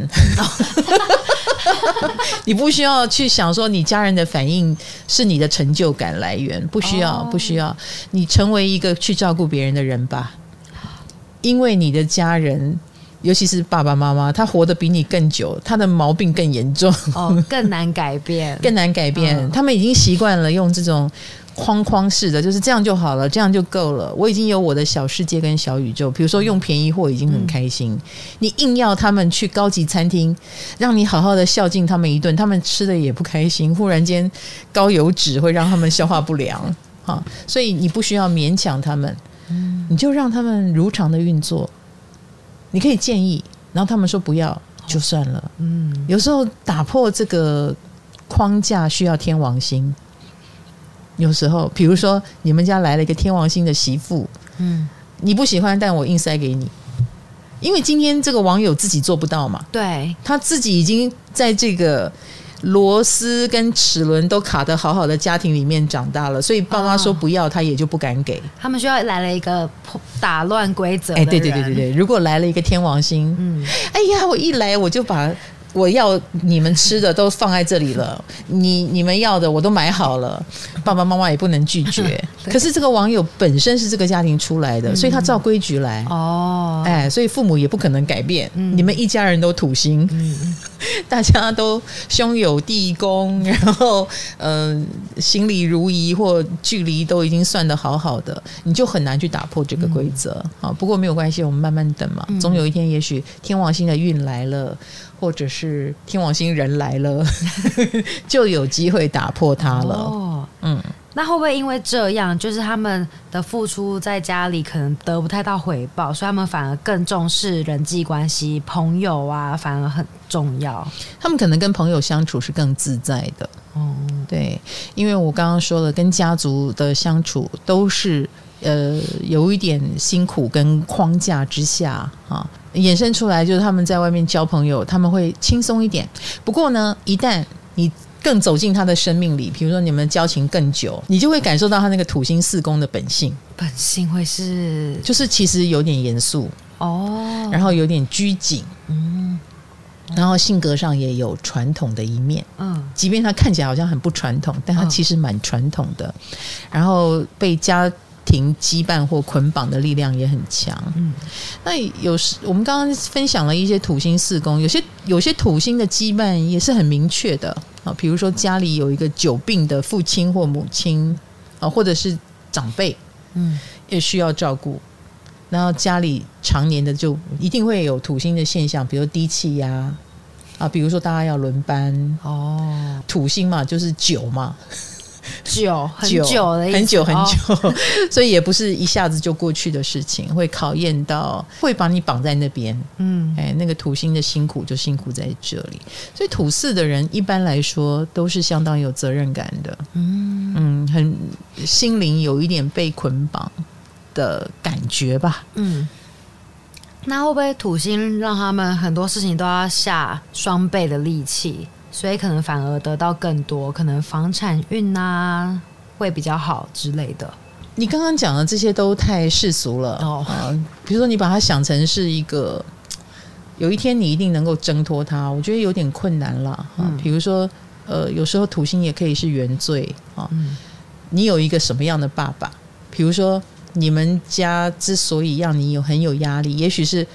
你不需要去想说你家人的反应是你的成就感来源，不需要，不需要。你成为一个去照顾别人的人吧，因为你的家人，尤其是爸爸妈妈，他活得比你更久，他的毛病更严重， 更难改变， 更难改变。他们已经习惯了用这种框框式的，就是这样就好了，这样就够了。我已经有我的小世界跟小宇宙，比如说用便宜货已经很开心，你硬要他们去高级餐厅，让你好好的孝敬他们一顿，他们吃的也不开心，忽然间高油脂会让他们消化不良所以你不需要勉强他们，你就让他们如常的运作。你可以建议，然后他们说不要就算了。有时候打破这个框架需要天王星。有时候比如说你们家来了一个天王星的媳妇，你不喜欢，但我硬塞给你，因为今天这个网友自己做不到嘛， 对， 他自己已经在这个螺丝跟齿轮都卡得好好的家庭里面长大了，所以爸妈说不要，他也就不敢给。 他们需要来了一个打乱规则的人。 对，如果来了一个天王星，哎呀，我一来我就把我要你们吃的都放在这里了，你们要的我都买好了，爸爸妈妈也不能拒绝。可是这个网友本身是这个家庭出来的，所以他照规矩来。所以父母也不可能改变。你们一家人都土星，大家都兄友弟恭，然后行礼如仪或距离都已经算得好好的，你就很难去打破这个规则。不过没有关系，我们慢慢等嘛，总有一天也许天王星的运来了，或者是天王星人来了就有机会打破它了。 那会不会因为这样，就是他们的付出在家里可能得不太到回报，所以他们反而更重视人际关系，朋友啊反而很重要， 他们可能跟朋友相处是更自在的。对，因为我刚刚说了，跟家族的相处都是有一点辛苦跟框架之下衍生出来，就是他们在外面交朋友他们会轻松一点。不过呢，一旦你更走进他的生命里，比如说你们交情更久，你就会感受到他那个土星4宫的本性。 本性会是就是其实有点严肃然后有点拘谨然后性格上也有传统的一面即便他看起来好像很不传统，但他其实蛮传统的然后被家庭羁绊或捆绑的力量也很强那有时我们刚刚分享了一些土星4宫，有些土星的羁绊也是很明确的比如说家里有一个久病的父亲或母亲或者是长辈也需要照顾，然后家里常年的就一定会有土星的现象，比如低气压比如说大家要轮班土星嘛就是久嘛很久的意思， 很久很久所以也不是一下子就过去的事情，会考验到，会把你绑在那边那个土星的辛苦就辛苦在这里，所以土4的人一般来说都是相当有责任感的很心灵有一点被捆绑的感觉吧那会不会土星让他们很多事情都要下双倍的力气，所以可能反而得到更多，可能房产运会比较好之类的。 你刚刚讲的这些都太世俗了比如说你把它想成是一个有一天你一定能够挣脱它，我觉得有点困难了比如说有时候土星也可以是原罪你有一个什么样的爸爸，比如说你们家之所以让你很有压力，也许是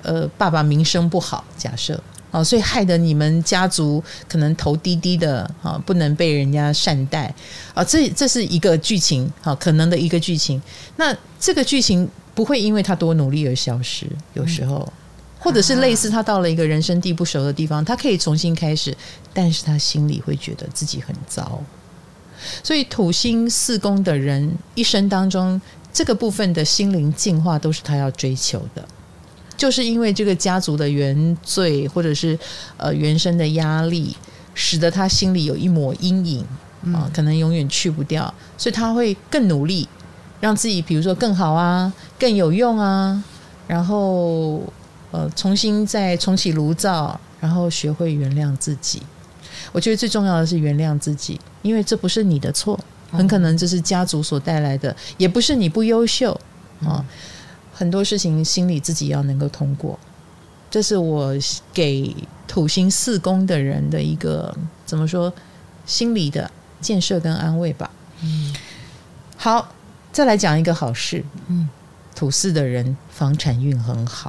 爸爸名声不好，假设所以害得你们家族可能头低低的不能被人家善待这是一个剧情可能的一个剧情。那这个剧情不会因为他多努力而消失，有时候或者是类似他到了一个人生地不熟的地方，他可以重新开始，但是他心里会觉得自己很糟。所以土星4宫的人一生当中，这个部分的心灵进化都是他要追求的，就是因为这个家族的原罪或者是原生的压力，使得他心里有一抹阴影可能永远去不掉，所以他会更努力让自己比如说更好啊，更有用啊，然后重新再重启炉灶，然后学会原谅自己。我觉得最重要的是原谅自己，因为这不是你的错，很可能这是家族所带来的，也不是你不优秀很多事情心里自己要能够通过。这是我给土星4宫的人的一个怎么说心理的建设跟安慰吧。好，再来讲一个好事。土4的人房产运很好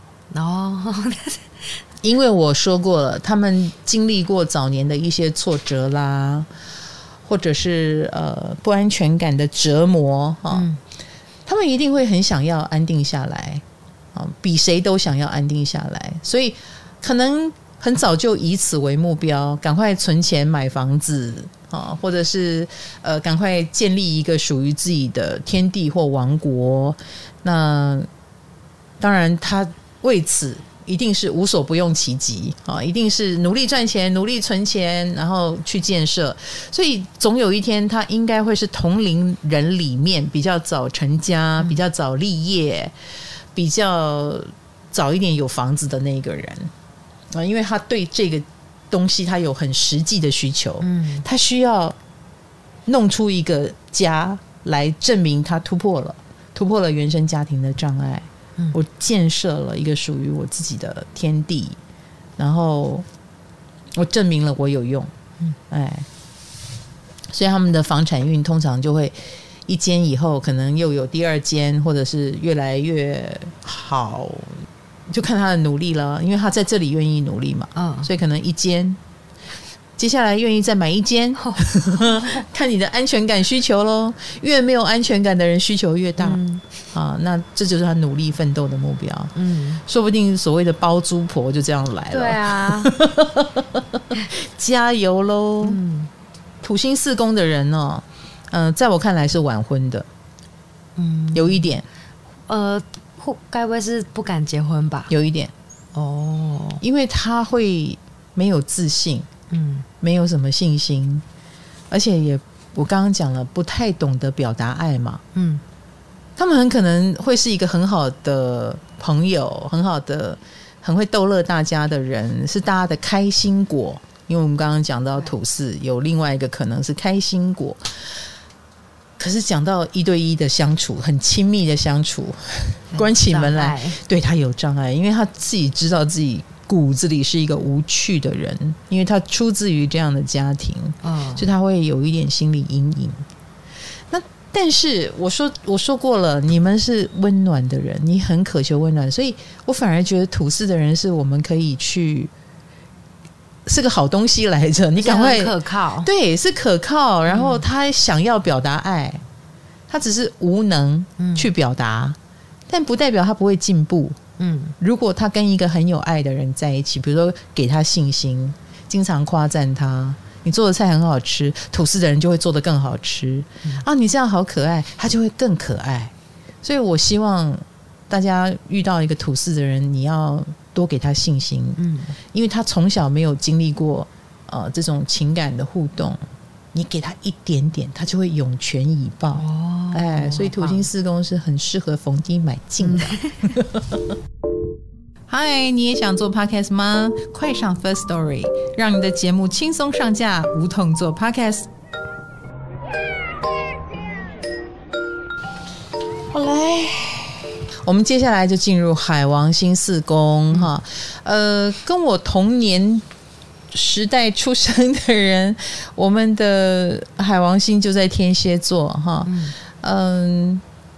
因为我说过了，他们经历过早年的一些挫折啦，或者是不安全感的折磨他们一定会很想要安定下来比谁都想要安定下来，所以可能很早就以此为目标，赶快存钱买房子或者是赶快建立一个属于自己的天地或王国。那当然他为此一定是无所不用其极一定是努力赚钱，努力存钱，然后去建设。所以总有一天他应该会是同龄人里面比较早成家，比较早立业，比较早一点有房子的那个人因为他对这个东西他有很实际的需求他需要弄出一个家来证明他突破了原生家庭的障碍我建设了一个属于我自己的天地，然后我证明了我有用所以他们的房产运通常就会一间以后可能又有第二间，或者是越来越好，就看他的努力了，因为他在这里愿意努力嘛所以可能一间，接下来愿意再买一间看你的安全感需求咯，越没有安全感的人需求越大那这就是他努力奋斗的目标说不定所谓的包租婆就这样来了。 对啊加油咯土星4宫的人在我看来是晚婚的有一点该不会是不敢结婚吧？ 有一点因为他会没有自信没有什么信心，而且也我刚刚讲了不太懂得表达爱嘛他们很可能会是一个很好的朋友，很好的很会逗乐大家的人，是大家的开心果，因为我们刚刚讲到土4有另外一个可能是开心果，可是讲到一对一的相处，很亲密的相处，关起门来对他有障碍，因为他自己知道自己骨子里是一个无趣的人，因为他出自于这样的家庭所以他会有一点心理阴影。那但是我说过了，你们是温暖的人，你很渴求温暖，所以我反而觉得土4的人是我们可以去是个好东西来着，你赶快可靠， 对，是可靠，然后他想要表达爱他只是无能去表达但不代表他不会进步如果他跟一个很有爱的人在一起，比如说给他信心，经常夸赞他，你做的菜很好吃，土4的人就会做得更好吃你这样好可爱，他就会更可爱。所以我希望大家遇到一个土4的人，你要多给他信心因为他从小没有经历过这种情感的互动，你给他一点点他就会涌泉以报所以土星4宫是很适合逢低买进的嗨，你也想做 podcast 吗？快上 First Story 让你的节目轻松上架，无痛做 podcast。 好来，我们接下来就进入海王星4宫跟我同年时代出生的人，我们的海王星就在天蝎座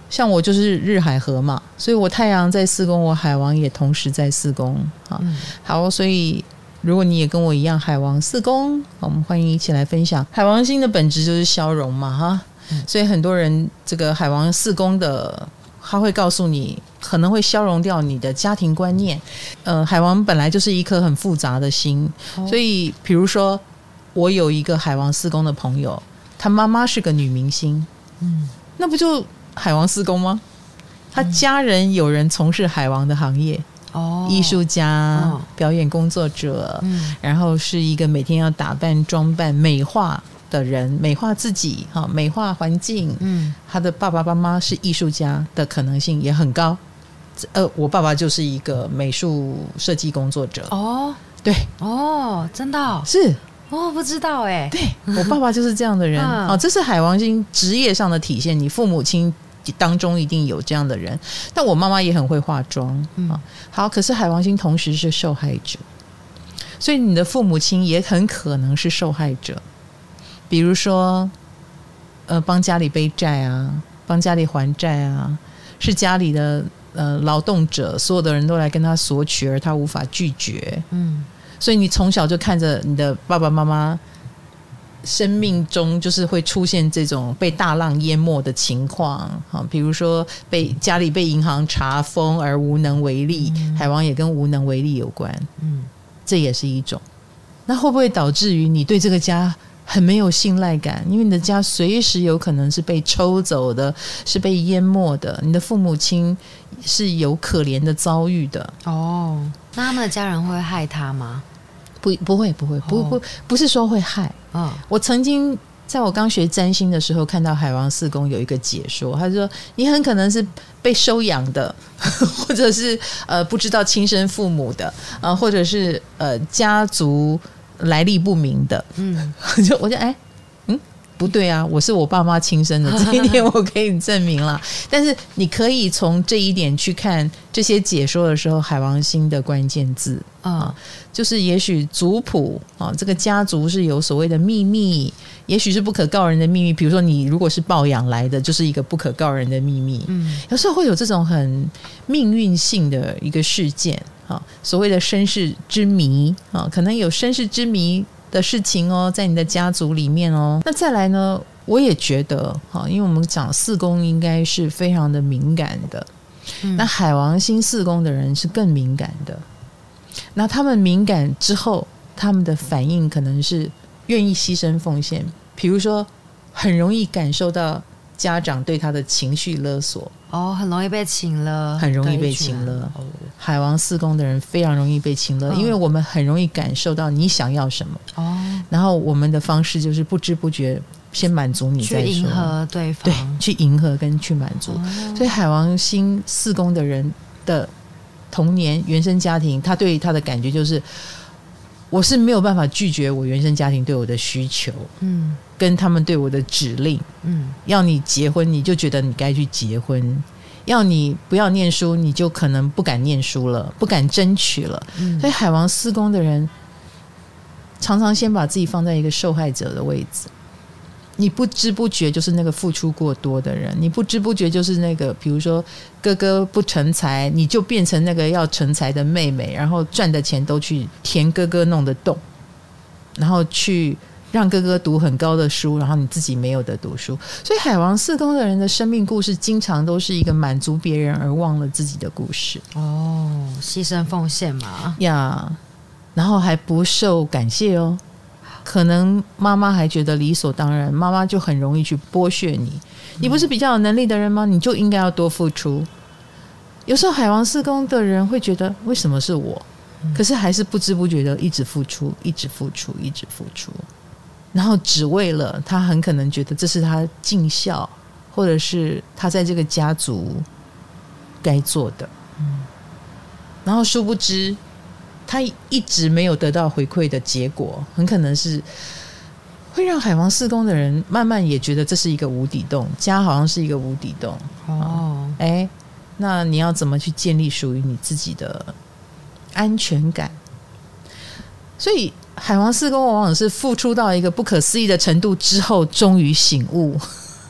像我就是日海合嘛，所以我太阳在4宫，我海王也同时在4宫。好，所以如果你也跟我一样海王4宫，我们欢迎一起来分享。海王星的本质就是消融嘛哈，所以很多人这个海王4宫的，他会告诉你可能会消融掉你的家庭观念。海王本来就是一颗很复杂的星，所以比如说我有一个海王4宫的朋友，他妈妈是个女明星，那不就海王4宫吗？他家人有人从事海王的行业，艺术家、表演工作者，然后是一个每天要打扮装扮美化的人，美化自己，美化环境。他的爸爸妈妈是艺术家的可能性也很高。我爸爸就是一个美术设计工作者。对， 真的是。 不知道哎。 对，我爸爸就是这样的人。这是海王星职业上的体现，你父母亲当中一定有这样的人。但我妈妈也很会化妆。好，可是海王星同时是受害者，所以你的父母亲也很可能是受害者。比如说帮家里背债啊，帮家里还债啊，是家里的劳动者，所有的人都来跟他索取，而他无法拒绝。所以你从小就看着你的爸爸妈妈生命中就是会出现这种被大浪淹没的情况。比如说家里被银行查封而无能为力，海王也跟无能为力有关。这也是一种。那会不会导致于你对这个家很没有信赖感？因为你的家随时有可能是被抽走的，是被淹没的，你的父母亲是有可怜的遭遇的。 那他们的家人会害他吗？ 不会，不是说会害。我曾经在我刚学占星的时候看到海王4宫有一个解说，他说你很可能是被收养的，或者是不知道亲生父母的，或者是家族来历不明的。我就不对啊，我是我爸妈亲生的，这一点我可以证明啦。但是你可以从这一点去看这些解说的时候，海王星的关键字就是也许族谱这个家族是有所谓的秘密，也许是不可告人的秘密。比如说你如果是抱养来的，就是一个不可告人的秘密。有时候会有这种很命运性的一个事件，所谓的身世之谜，可能有身世之谜的事情在你的家族里面。那再来呢，我也觉得因为我们讲4宫应该是非常的敏感的，那海王星4宫的人是更敏感的。那他们敏感之后，他们的反应可能是愿意牺牲奉献，比如说很容易感受到家长对他的情绪勒索。 很容易被情勒， 很容易被情勒。海王4宫的人非常容易被情勒，因为我们很容易感受到你想要什么，然后我们的方式就是不知不觉先满足你再说， 去迎合对方， 对，去迎合跟去满足。所以海王星4宫的人的童年原生家庭，他对他的感觉就是我是没有办法拒绝我原生家庭对我的需求，跟他们对我的指令。要你结婚你就觉得你该去结婚，要你不要念书你就可能不敢念书了，不敢争取了。所以海王4宫的人常常先把自己放在一个受害者的位置，你不知不觉就是那个付出过多的人，你不知不觉就是那个比如说哥哥不成才，你就变成那个要成才的妹妹，然后赚的钱都去填哥哥弄的洞，然后去让哥哥读很高的书，然后你自己没有得读书。所以海王4宫的人的生命故事经常都是一个满足别人而忘了自己的故事。 牺牲奉献嘛呀，然后还不受感谢可能妈妈还觉得理所当然，妈妈就很容易去剥削你。你不是比较有能力的人吗？你就应该要多付出。有时候海王4宫的人会觉得为什么是我，可是还是不知不觉的一直付出，一直付出，一直付出，然后只为了他很可能觉得这是他尽孝，或者是他在这个家族该做的。然后殊不知他一直没有得到回馈的结果，很可能是会让海王4宫的人慢慢也觉得这是一个无底洞，家好像是一个无底洞。那你要怎么去建立属于你自己的安全感？所以海王4宫往往是付出到一个不可思议的程度之后终于醒悟，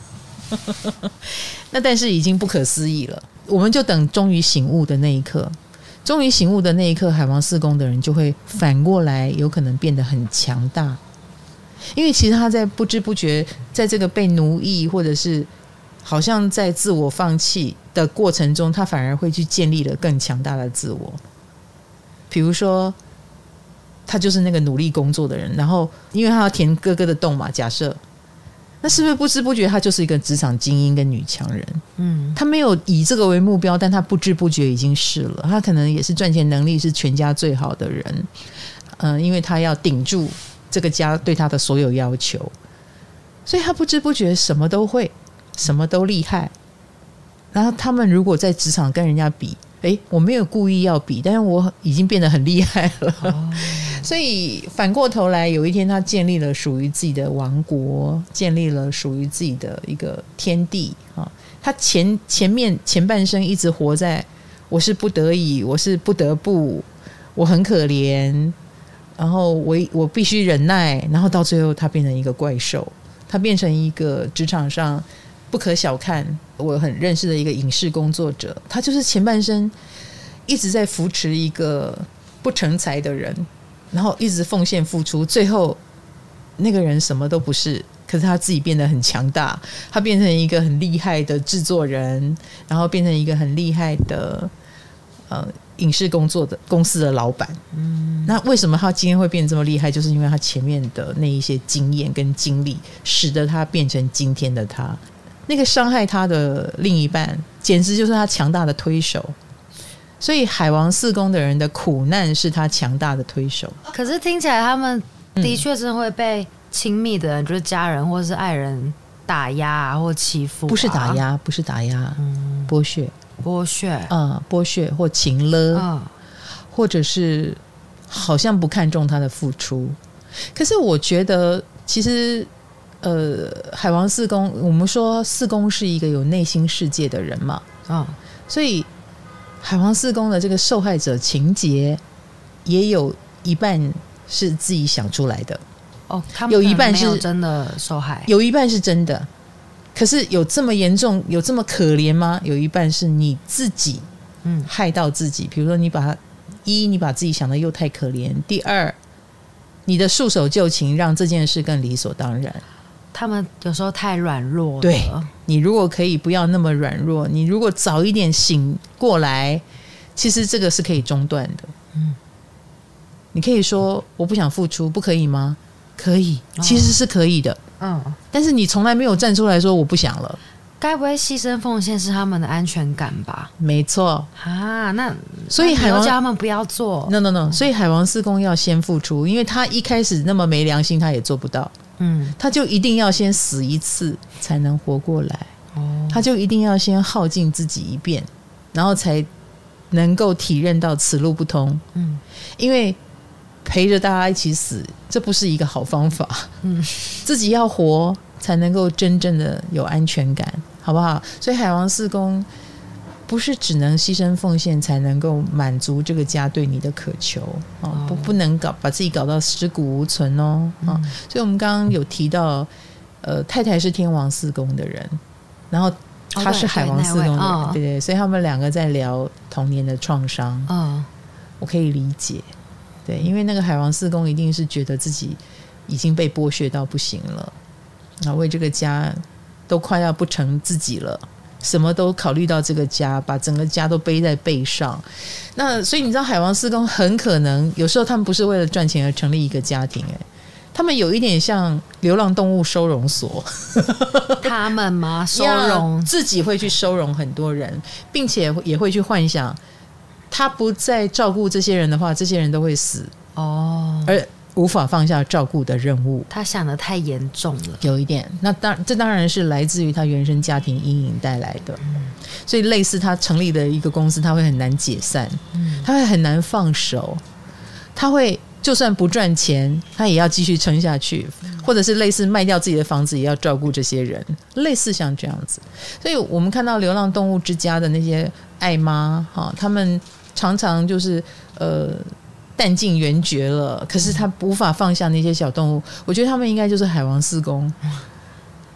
那但是已经不可思议了，我们就等终于醒悟的那一刻。终于醒悟的那一刻，海王四宫的人就会反过来有可能变得很强大，因为其实他在不知不觉在这个被奴役或者是好像在自我放弃的过程中，他反而会去建立了更强大的自我。比如说他就是那个努力工作的人，然后因为他要填哥哥的洞嘛，假设那是不是不知不觉他就是一个职场精英跟女强人？他没有以这个为目标，但他不知不觉已经是了。他可能也是赚钱能力是全家最好的人，因为他要顶住这个家对他的所有要求，所以他不知不觉什么都会，什么都厉害。然后他们如果在职场跟人家比，我没有故意要比，但是我已经变得很厉害了。所以反过头来，有一天他建立了属于自己的王国，建立了属于自己的一个天地啊。他前半生一直活在我是不得已，我是不得不，我很可怜，然后我必须忍耐，然后到最后他变成一个怪兽，他变成一个职场上不可小看我很认识的一个影视工作者。他就是前半生一直在扶持一个不成才的人，然后一直奉献付出，最后那个人什么都不是，可是他自己变得很强大，他变成一个很厉害的制作人，然后变成一个很厉害的影视工作的公司的老板。那为什么他今天会变这么厉害？就是因为他前面的那一些经验跟经历，使得他变成今天的他。那个伤害他的另一半，简直就是他强大的推手。所以海王四宫的人的苦难是他强大的推手。 可是听起来他们的确是会被亲密的人，就是家人或是爱人打压啊，或欺负啊。 不是打压，不是打压，剥削剥削或情勒，或者是好像不看重他的付出。可是我觉得其实海王四宫，我们说四宫是一个有内心世界的人嘛，所以海王四宫的这个受害者情节也有一半是自己想出来的。 他们有一半是真的受害， 有一半是真的。可是有这么严重，有这么可怜吗？有一半是你自己害到自己。比如说你把自己想的又太可怜，第二你的束手就擒让这件事更理所当然。 他们有时候太软弱了。 对，你如果可以不要那么软弱，你如果早一点醒过来，其实这个是可以中断的。你可以说我不想付出，不可以吗？可以，其实是可以的。但是你从来没有站出来说我不想了。 该不会牺牲奉献是他们的安全感吧？ 没错啊，那所以海王叫他们不要做。 No， 所以海王四宫要先付出，因为他一开始那么没良心，他也做不到。他就一定要先死一次才能活过来。他就一定要先耗尽自己一遍，然后才能够体认到此路不通。因为陪着大家一起死，这不是一个好方法。自己要活才能够真正的有安全感，好不好？所以海王四宫不是只能牺牲奉献才能够满足这个家对你的渴求。不能把自己搞到尸骨无存哦。所以我们刚刚有提到太太是天王四宫的人，然后他是海王四宫的人，对，所以他们两个在聊童年的创伤。我可以理解。对，因为那个海王四宫一定是觉得自己已经被剥削到不行了，然后为这个家都快要不成自己了，什么都考虑到这个家，把整个家都背在背上。那所以你知道海王四宫很可能有时候他们不是为了赚钱而成立一个家庭，他们有一点像流浪动物收容所。 他们吗？收容自己会去收容很多人，并且也会去幻想他不再照顾这些人的话，这些人都会死。而无法放下照顾的任务。 他想得太严重了， 有一点。那这当然是来自于他原生家庭阴影带来的。所以类似他成立的一个公司，他会很难解散，他会很难放手，他会就算不赚钱，他也要继续撑下去，或者是类似卖掉自己的房子也要照顾这些人，类似像这样子。所以我们看到流浪动物之家的那些爱妈，他们常常就是弹尽援绝了，可是他无法放下那些小动物。我觉得他们应该就是海王四宫，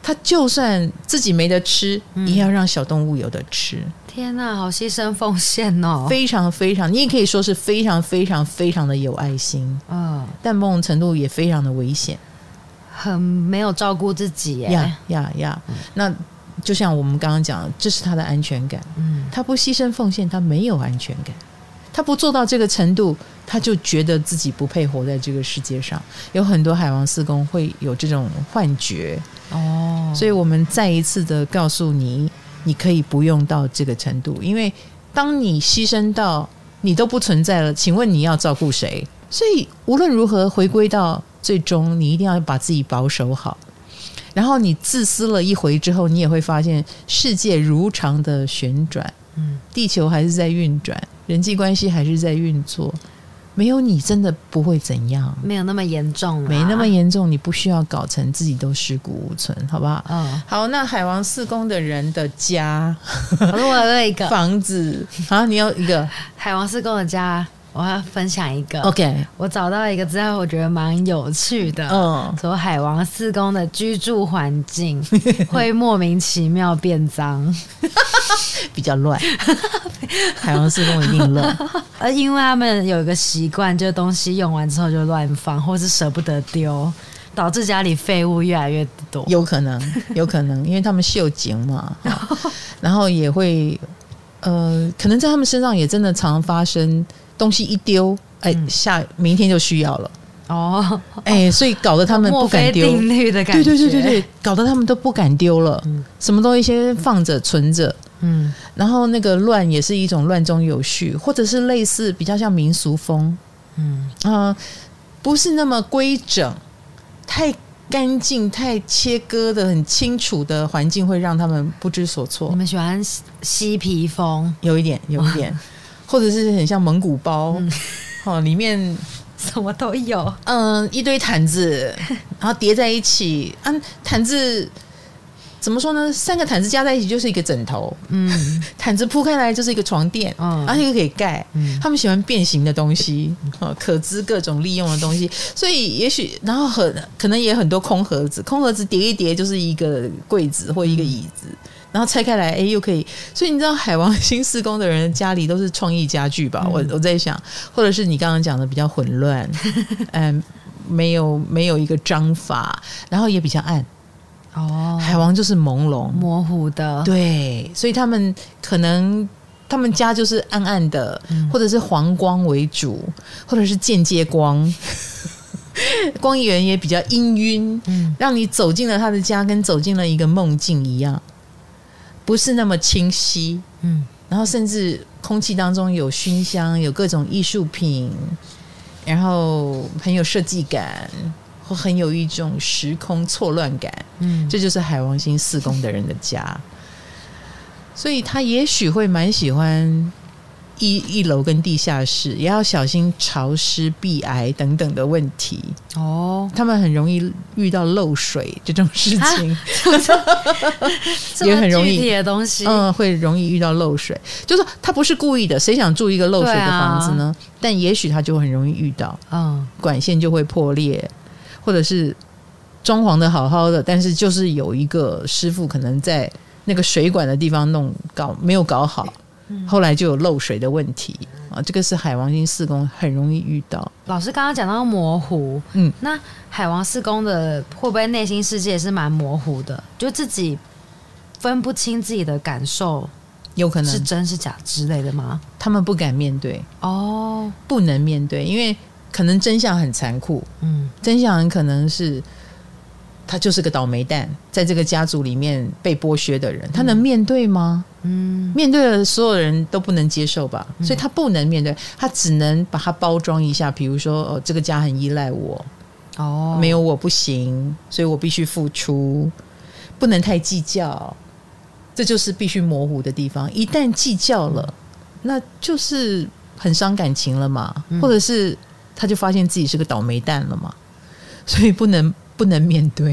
他就算自己没得吃，也要让小动物有得吃。 天哪，好牺牲奉献哦！ 非常非常，你也可以说是非常非常非常的有爱心，但某种程度也非常的危险， 很没有照顾自己耶。 那就像我们刚刚讲，这是他的安全感。他不牺牲奉献，他没有安全感。他不做到这个程度，他就觉得自己不配活在这个世界上。有很多海王四宫会有这种幻觉所以我们再一次的告诉你，你可以不用到这个程度，因为当你牺牲到你都不存在了，请问你要照顾谁？所以无论如何回归到最终，你一定要把自己保守好。然后你自私了一回之后，你也会发现世界如常的旋转，地球还是在运转，人际关系还是在运作，没有你真的不会怎样， 没有那么严重没那么严重，你不需要搞成自己都尸骨无存，好不好？好，那海王四宫的人的家， 我有一个房子啊，你有一个海王四宫的家。我要分享一个 OK， 我找到一个资料，我觉得蛮有趣的。说海王四宫的居住环境会莫名其妙变脏， 比较乱。海王四宫一定乱， 因为他们有一个习惯，就是东西用完之后就乱放，或是舍不得丢，导致家里废物越来越多。有可能，因为他们秀景嘛，然后也会可能在他们身上也真的常发生。东西一丢，明天就需要了所以搞得他们不敢丢， 墨菲定律的感觉， 对，搞得他们都不敢丢了，什么东西先放着存着，然后那个乱也是一种乱中有序，或者是类似比较像民俗风，不是那么规整，太干净、太切割的很清楚的环境，会让他们不知所措。 你们喜欢嬉皮风？ 有一点。或者是很像蒙古包，里面什么都有， 一堆毯子，然后叠在一起，毯子怎么说呢？3个毯子加在一起就是一个枕头，毯子铺开来就是一个床垫，而且可以盖。他们喜欢变形的东西，可知各种利用的东西，所以也许然后可能也很多空盒子叠一叠就是一个柜子或一个椅子。然后拆开来，又可以，所以你知道海王星四宫的人家里都是创意家具吧？我在想，或者是你刚刚讲的比较混乱，没有一个章法，然后也比较暗。海王就是朦胧、 模糊的， 对，所以他们家就是暗暗的，或者是黄光为主，或者是间接光。光源也比较氤氲，让你走进了他的家，跟走进了一个梦境一样。不是那么清晰，然后甚至空气当中有熏香，有各种艺术品，然后很有设计感，或很有一种时空错乱感，这就是海王星四宫的人的家。所以他也许会蛮喜欢一楼跟地下室，也要小心潮湿、壁癌等等的问题。他们很容易遇到漏水这种事情， 也很容易具体的东西， 会容易遇到漏水。就是说他不是故意的，谁想住一个漏水的房子呢？但也许他就很容易遇到，管线就会破裂，或者是装潢的好好的，但是就是有一个师傅可能在那个水管的地方没有搞好。后来就有漏水的问题这个是海王星四宫很容易遇到。 老师刚刚讲到模糊，那海王四宫的会不会内心世界也是蛮模糊的，就自己分不清自己的感受， 有可能是真是假之类的吗？ 他们不敢面对不能面对，因为可能真相很残酷，真相很可能是他就是个倒霉蛋，在这个家族里面被剥削的人，他能面对吗？面对了所有人都不能接受吧，所以他不能面对，他只能把它包装一下，比如说这个家很依赖我，没有我不行，所以我必须付出，不能太计较，这就是必须模糊的地方。一旦计较了，那就是很伤感情了嘛，或者是他就发现自己是个倒霉蛋了嘛，所以不能面对。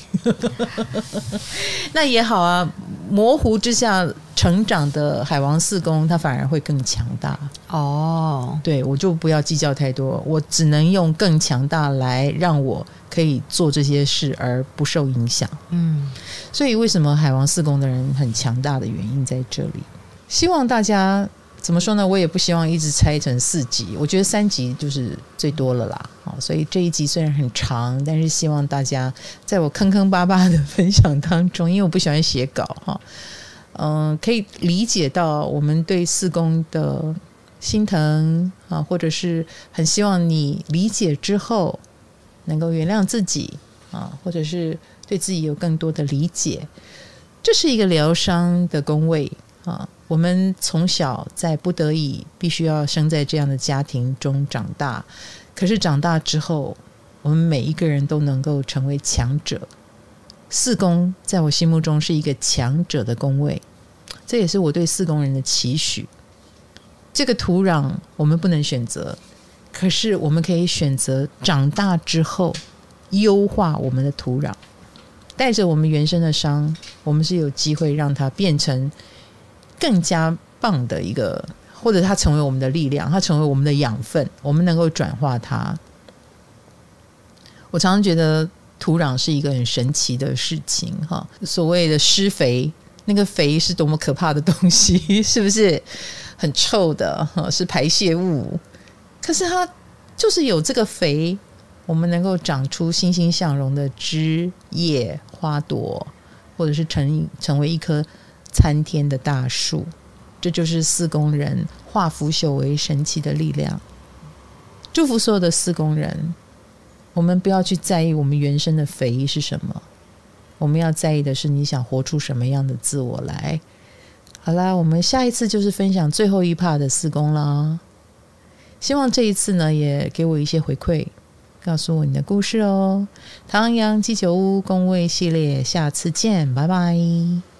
那也好啊，模糊之下成长的海王四宫他反而会更强大对，我就不要计较太多，我只能用更强大来让我可以做这些事而不受影响。所以为什么海王四宫的人很强大的原因在这里。希望大家怎么说呢，我也不希望一直拆成4集，我觉得3集就是最多了啦。所以这一集虽然很长，但是希望大家在我坑坑巴巴的分享当中，因为我不喜欢写稿可以理解到我们对四宫的心疼或者是很希望你理解之后能够原谅自己或者是对自己有更多的理解。这是一个疗伤的宫位我们从小在不得已必须要生在这样的家庭中长大，可是长大之后我们每一个人都能够成为强者。四宫在我心目中是一个强者的宫位，这也是我对四宫人的期许。这个土壤我们不能选择，可是我们可以选择长大之后优化我们的土壤，带着我们原生的伤，我们是有机会让它变成更加棒的一个，或者它成为我们的力量，它成为我们的养分，我们能够转化它。我常常觉得土壤是一个很神奇的事情所谓的施肥，那个肥是多么可怕的东西，是不是很臭的是排泄物，可是它就是有这个肥，我们能够长出欣欣向荣的枝叶花朵，或者是成为一棵参天的大树。这就是四宫人化腐朽为神奇的力量。祝福所有的四宫人，我们不要去在意我们原生的肥是什么，我们要在意的是你想活出什么样的自我来。好啦，我们下一次就是分享最后一 part 的四宫啦。希望这一次呢也给我一些回馈，告诉我你的故事哦。唐阳鸡酒屋宫位系列，下次见，拜拜。